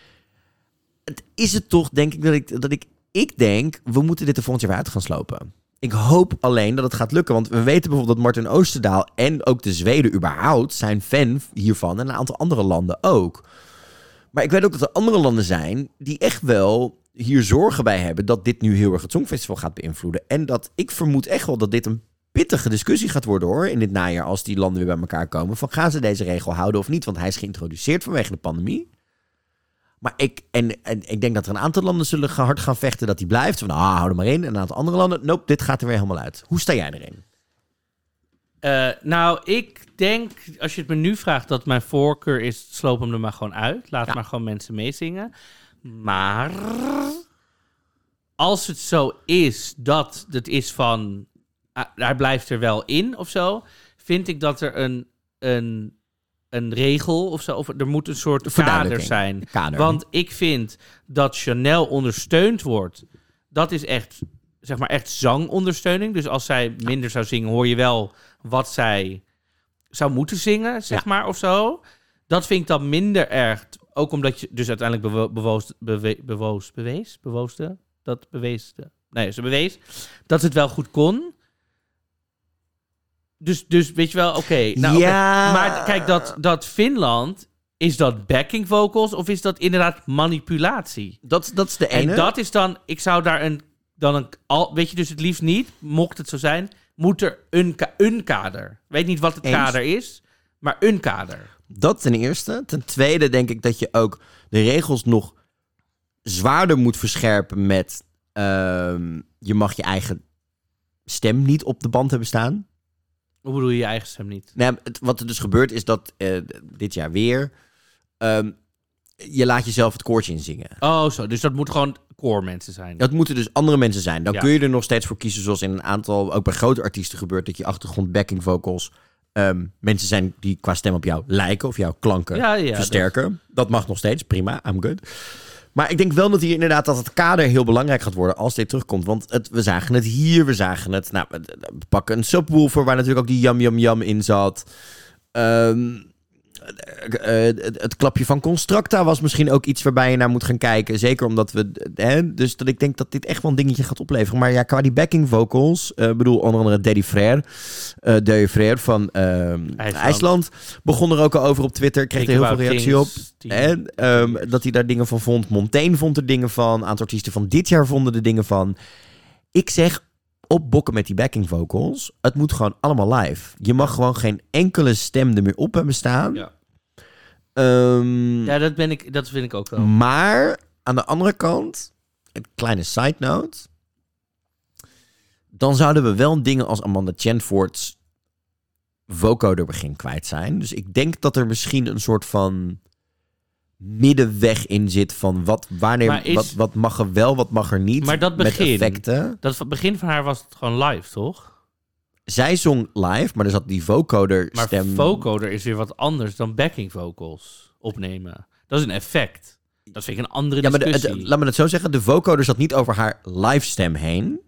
Het is het toch, denk ik, dat ik, dat ik, ik denk, we moeten dit er volgend jaar weer uit gaan slopen. Ik hoop alleen dat het gaat lukken, want we weten bijvoorbeeld dat Martin Oosterdaal en ook de Zweden überhaupt zijn fan hiervan en een aantal andere landen ook. Maar ik weet ook dat er andere landen zijn die echt wel hier zorgen bij hebben dat dit nu heel erg het Songfestival gaat beïnvloeden. En dat ik vermoed echt wel dat dit een pittige discussie gaat worden hoor, in dit najaar als die landen weer bij elkaar komen. Van gaan ze deze regel houden of niet? Want hij is geïntroduceerd vanwege de pandemie. Maar ik, en, en ik denk dat er een aantal landen zullen hard gaan vechten dat die blijft. Van ah, hou er maar in. En een aantal andere landen, nope, dit gaat er weer helemaal uit. Hoe sta jij erin? Uh, nou, ik denk, als je het me nu vraagt, dat mijn voorkeur is, sloop hem er maar gewoon uit. Laat ja. maar gewoon mensen meezingen. Maar als het zo is dat het is van, uh, hij blijft er wel in of zo, vind ik dat er een, een, een regel of zo, of er moet een soort kader zijn. Kader. Want ik vind dat Chanel ondersteund wordt, dat is echt, zeg maar, echt zangondersteuning. Dus als zij minder zou zingen, hoor je wel wat zij zou moeten zingen, zeg ja. maar, of zo. Dat vind ik dan minder erg. Ook omdat je dus uiteindelijk bewo- bewoost, bewe- bewoos, bewees, bewoosde, dat beweesde. Nee, ze bewees dat het wel goed kon. Dus, dus weet je wel, oké. Okay, nou, ja. okay. Maar kijk, dat, dat Finland, is dat backing vocals of is dat inderdaad manipulatie? Dat, dat is de ene. En dat is dan, ik zou daar een, dan een, al, weet je, dus het liefst niet, mocht het zo zijn, moet er een, ka- een kader. Weet niet wat het Eens. kader is, maar een kader. Dat ten eerste. Ten tweede denk ik dat je ook de regels nog zwaarder moet verscherpen met uh, je mag je eigen stem niet op de band hebben staan. Hoe bedoel je je eigen stem niet? Nou, het, wat er dus gebeurt is dat uh, dit jaar weer um, je laat jezelf het koortje inzingen. Oh, zo. Dus dat moet gewoon koormensen zijn. Dat moeten dus andere mensen zijn. Dan ja. kun je er nog steeds voor kiezen, zoals in een aantal, ook bij grote artiesten gebeurt, dat je achtergrond backing vocals um, mensen zijn die qua stem op jou lijken of jouw klanken ja, ja, versterken. Dat... dat mag nog steeds, prima, I'm good. Maar ik denk wel dat hier inderdaad dat het kader heel belangrijk gaat worden als dit terugkomt. Want het, we zagen het hier, we zagen het. Nou, we pakken een subwoofer waar natuurlijk ook die Yum Yum Yum in zat. Um, Uh, het, het klapje van Constracta was misschien ook iets waarbij je naar moet gaan kijken. Zeker omdat we... Hè, dus dat ik denk dat dit echt wel een dingetje gaat opleveren. Maar ja, qua die backing vocals... Ik uh, bedoel, onder andere Daddy Frère. Uh, Daddy Frère van uh, IJsland. IJsland. Begon er ook al over op Twitter. Kreeg er heel veel reactie op. En, um, dat hij daar dingen van vond. Montaigne vond er dingen van. Een aantal artiesten van dit jaar vonden er dingen van. Ik zeg... opbokken met die backing vocals. Het moet gewoon allemaal live. Je mag gewoon geen enkele stem er meer op hebben staan. Ja, um, ja dat, ben ik, dat vind ik ook wel. Maar aan de andere kant, een kleine side note. Dan zouden we wel dingen als Amanda Chanford's vocoder begin kwijt zijn. Dus ik denk dat er misschien een soort van middenweg in zit van wat, wanneer, is, wat, wat mag er wel, wat mag er niet. Maar dat begin, met effecten. Dat begin van haar was het gewoon live, toch? Zij zong live, maar er zat die vocoder maar stem... Maar vocoder is weer wat anders dan backing vocals opnemen. Dat is een effect. Dat vind ik een andere ja, discussie. Maar de, het, laat me het zo zeggen, de vocoder zat niet over haar live stem heen.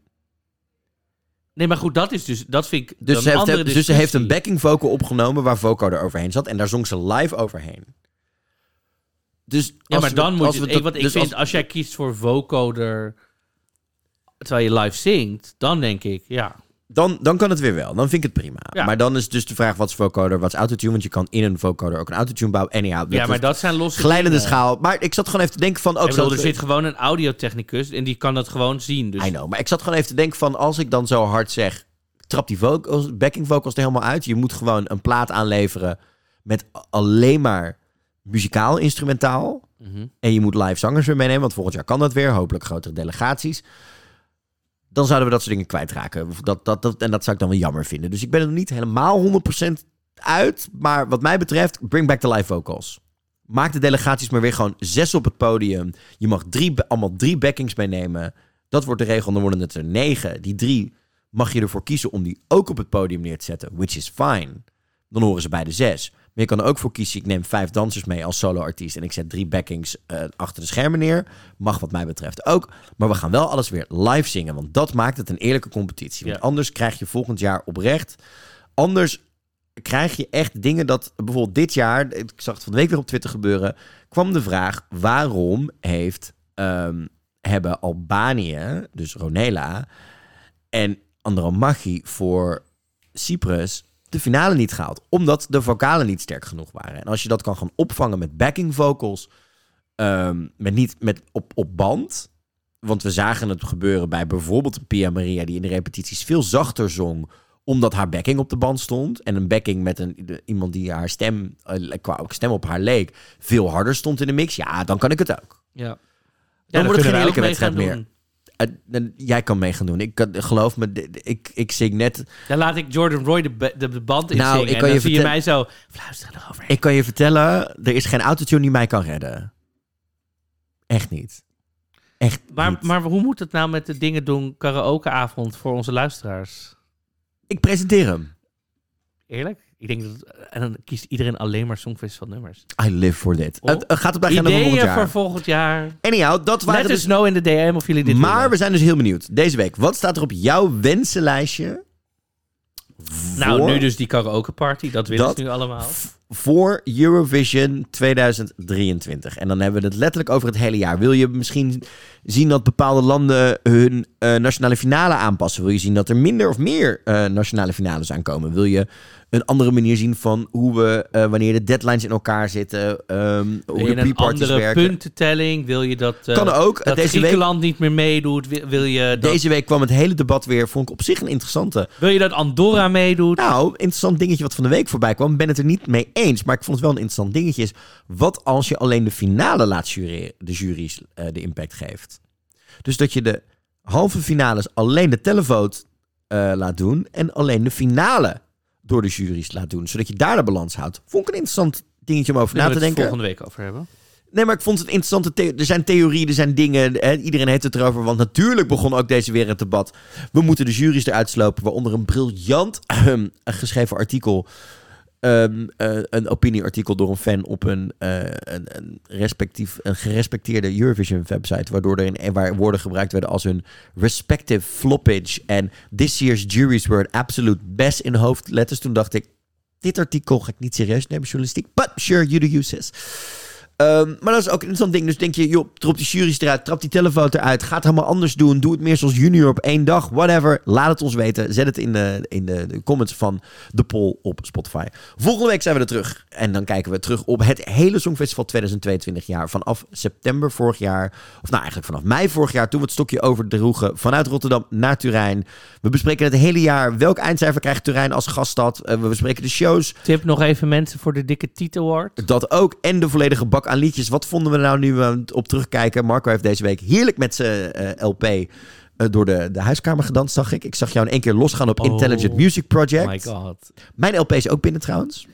Nee, maar goed, dat is dus, dat vind ik dus een ze heeft, andere Dus ze heeft een backing vocal opgenomen waar vocoder overheen zat en daar zong ze live overheen. Dus ja, maar we, dan moet je... we, ik, wat ik dus vind, als, als jij kiest voor vocoder terwijl je live zingt, dan denk ik, ja... Dan, dan kan het weer wel. Dan vind ik het prima. Ja. Maar dan is dus de vraag, wat is vocoder, wat is autotune? Want je kan in een vocoder ook een autotune bouwen. Anyhow, ja, maar dat zijn losse glijdende dingen. schaal. Maar ik zat gewoon even te denken van... Ook bedoel, zo, er zit gewoon een audiotechnicus en die kan dat gewoon zien. Dus... I know, maar ik zat gewoon even te denken van... Als ik dan zo hard zeg, trap die vocals, backing vocals er helemaal uit. Je moet gewoon een plaat aanleveren met alleen maar muzikaal instrumentaal. Mm-hmm. En je moet live zangers weer meenemen, want volgend jaar kan dat weer. Hopelijk grotere delegaties. Dan zouden we dat soort dingen kwijtraken. Dat, dat, dat, en dat zou ik dan wel jammer vinden. Dus ik ben er nog niet helemaal honderd procent uit. Maar wat mij betreft, bring back the live vocals. Maak de delegaties maar weer gewoon zes op het podium. Je mag drie, allemaal drie backings meenemen. Dat wordt de regel, dan worden het er negen. Die drie mag je ervoor kiezen om die ook op het podium neer te zetten. Which is fine. Dan horen ze bij de zes. Maar je kan er ook voor kiezen, ik neem vijf dansers mee als solo-artiest en ik zet drie backings uh, achter de schermen neer. Mag wat mij betreft ook. Maar we gaan wel alles weer live zingen, want dat maakt het een eerlijke competitie. Want ja. anders krijg je volgend jaar oprecht... Anders krijg je echt dingen dat... Bijvoorbeeld dit jaar, ik zag het van de week weer op Twitter gebeuren, kwam de vraag, waarom heeft um, hebben Albanië, dus Ronela, en Andromachi voor Cyprus de finale niet gehaald. Omdat de vocalen niet sterk genoeg waren. En als je dat kan gaan opvangen met backing vocals, um, met niet met op, op band. Want we zagen het gebeuren bij bijvoorbeeld een Pia Maria die in de repetities veel zachter zong, omdat haar backing op de band stond. En een backing met een, de, iemand die haar stem, uh, qua ook stem op haar leek, veel harder stond in de mix. Ja, dan kan ik het ook. Ja. Dan ja, wordt het geen eerlijke wedstrijd meer. Doen. Uh, jij kan mee gaan doen. Ik geloof me, ik, ik zing net... Dan laat ik Jordan Roy de, de, de band in nou, zingen. Ik kan en dan je zie je vertel... mij zo fluisteren erover. Ik kan je vertellen, er is geen autotune die mij kan redden. Echt niet. Echt maar, niet. Maar hoe moet het nou met de dingen doen karaokeavond voor onze luisteraars? Ik presenteer hem. Eerlijk? Ik denk dat... En dan kiest iedereen alleen maar Songfestival nummers. I live for dit. Oh. Het gaat op de agenda Ideeën voor volgend jaar. voor volgend jaar. Anyhow, dat waren Let dus... us know in de D M of jullie dit Maar willen. we zijn dus heel benieuwd. Deze week, wat staat er op jouw wensenlijstje? Nou, voor... nu dus die karaoke party. Dat willen dat ze nu allemaal. V- voor Eurovision tweeduizend drieëntwintig. En dan hebben we het letterlijk over het hele jaar. Wil je misschien zien dat bepaalde landen hun uh, nationale finale aanpassen? Wil je zien dat er minder of meer uh, nationale finales aankomen? Wil je een andere manier zien van hoe we, uh, wanneer de deadlines in elkaar zitten, um, hoe de pre-parties een andere werken? puntentelling? Wil je dat, uh, kan ook. dat Deze Griekenland week, niet meer meedoet? Wil, wil je dat, deze week kwam het hele debat weer, vond ik op zich een interessante. Wil je dat Andorra meedoet? Nou, interessant dingetje wat van de week voorbij kwam. Ik ben het er niet mee eens, maar ik vond het wel een interessant dingetje. Is, wat als je alleen de finale laat jureren, de jury's uh, de impact geeft? Dus dat je de halve finales alleen de televote uh, laat doen en alleen de finale door de jury's laat doen. Zodat je daar de balans houdt. Vond ik een interessant dingetje om over Daar na te we het denken. volgende week over hebben. Nee, maar ik vond het een interessante... The- er zijn theorieën, er zijn dingen... Hè, iedereen heeft het erover, want natuurlijk begon ook deze weer het debat. We moeten de jury's eruit slopen, waaronder een briljant uh, geschreven artikel... Um, uh, een opinieartikel door een fan op een, uh, een, een, respectief, een gerespecteerde Eurovision-website, waardoor er in, waar woorden gebruikt werden als hun respective floppage en this year's juries were an absolute best in hoofdletters. Toen dacht ik, dit artikel ga ik niet serieus nemen, journalistiek. But sure, you do you, sis. Um, maar dat is ook een interessant ding. Dus denk je, joh, trap die jury's eruit, trap die telefoon eruit. Ga het helemaal anders doen. Doe het meer zoals junior op één dag. Whatever. Laat het ons weten. Zet het in de, in de, de comments van de poll op Spotify. Volgende week zijn we er terug. En dan kijken we terug op het hele Songfestival tweeduizend tweeëntwintig jaar. Vanaf september vorig jaar. Of nou eigenlijk vanaf mei vorig jaar. Toen we het stokje overdroegen vanuit Rotterdam naar Turijn. We bespreken het hele jaar. Welk eindcijfer krijgt Turijn als gaststad? Uh, we bespreken de shows. Tip nog even mensen voor de dikke Tiet Award. Dat ook. En de volledige bak aan liedjes. Wat vonden we nou nu we op terugkijken? Marco heeft deze week heerlijk met zijn uh, L P uh, door de, de huiskamer gedanst, zag ik. Ik zag jou in één keer losgaan op Oh. Intelligent Music Project. Oh my god. Mijn L P is ook binnen trouwens.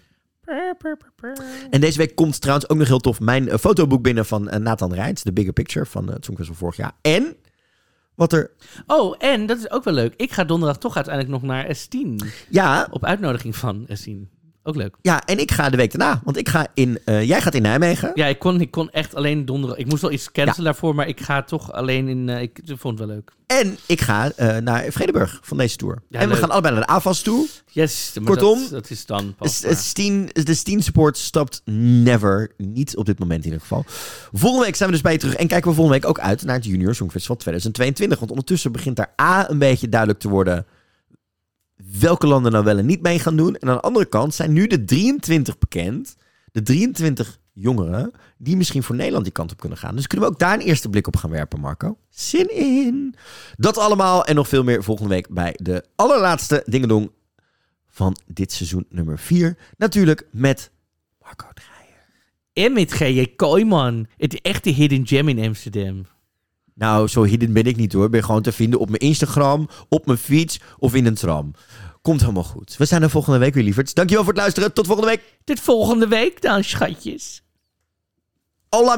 En deze week komt trouwens ook nog heel tof mijn uh, fotoboek binnen van uh, Nathan Rijns. De Bigger Picture van uh, het Songfestival vorig jaar. En wat er... Oh, en dat is ook wel leuk. Ik ga donderdag toch uiteindelijk nog naar S tien. Ja, Op uitnodiging van S tien. Ook leuk. ja, en ik ga de week daarna. Want ik ga in... Uh, jij gaat in Nijmegen. Ja, ik kon, ik kon echt alleen donderdag... Ik moest wel iets cancelen daarvoor, maar ik ga toch alleen in... Uh, ik vond het wel leuk. En ik ga uh, naar Vredenburg van deze tour. Ja, en we leuk. gaan allebei naar de A F A S toe. Yes, maar Kortom, dat, dat is dan pas. S- Steen, de Steen support stopt never. Niet op dit moment in ieder geval. Volgende week zijn we dus bij je terug. En kijken we volgende week ook uit naar het Junior Songfestival tweeduizend tweeëntwintig. Want ondertussen begint daar A een beetje duidelijk te worden... welke landen nou wel en niet mee gaan doen. En aan de andere kant zijn nu de drieëntwintig bekend. De drieëntwintig jongeren die misschien voor Nederland die kant op kunnen gaan. Dus kunnen we ook daar een eerste blik op gaan werpen, Marco? Zin in! Dat allemaal en nog veel meer volgende week bij de allerlaatste Dingedong van dit seizoen nummer vier. Natuurlijk met Marco Dreyer. En met G J Kooijman. Het echte hidden gem in Amsterdam. Nou, zo hidden ben ik niet hoor. Ben gewoon te vinden op mijn Instagram, op mijn fiets of in een tram. Komt helemaal goed. We zijn er volgende week weer, lieverds. Dankjewel voor het luisteren. Tot volgende week. Tot volgende week dan, schatjes. Hola.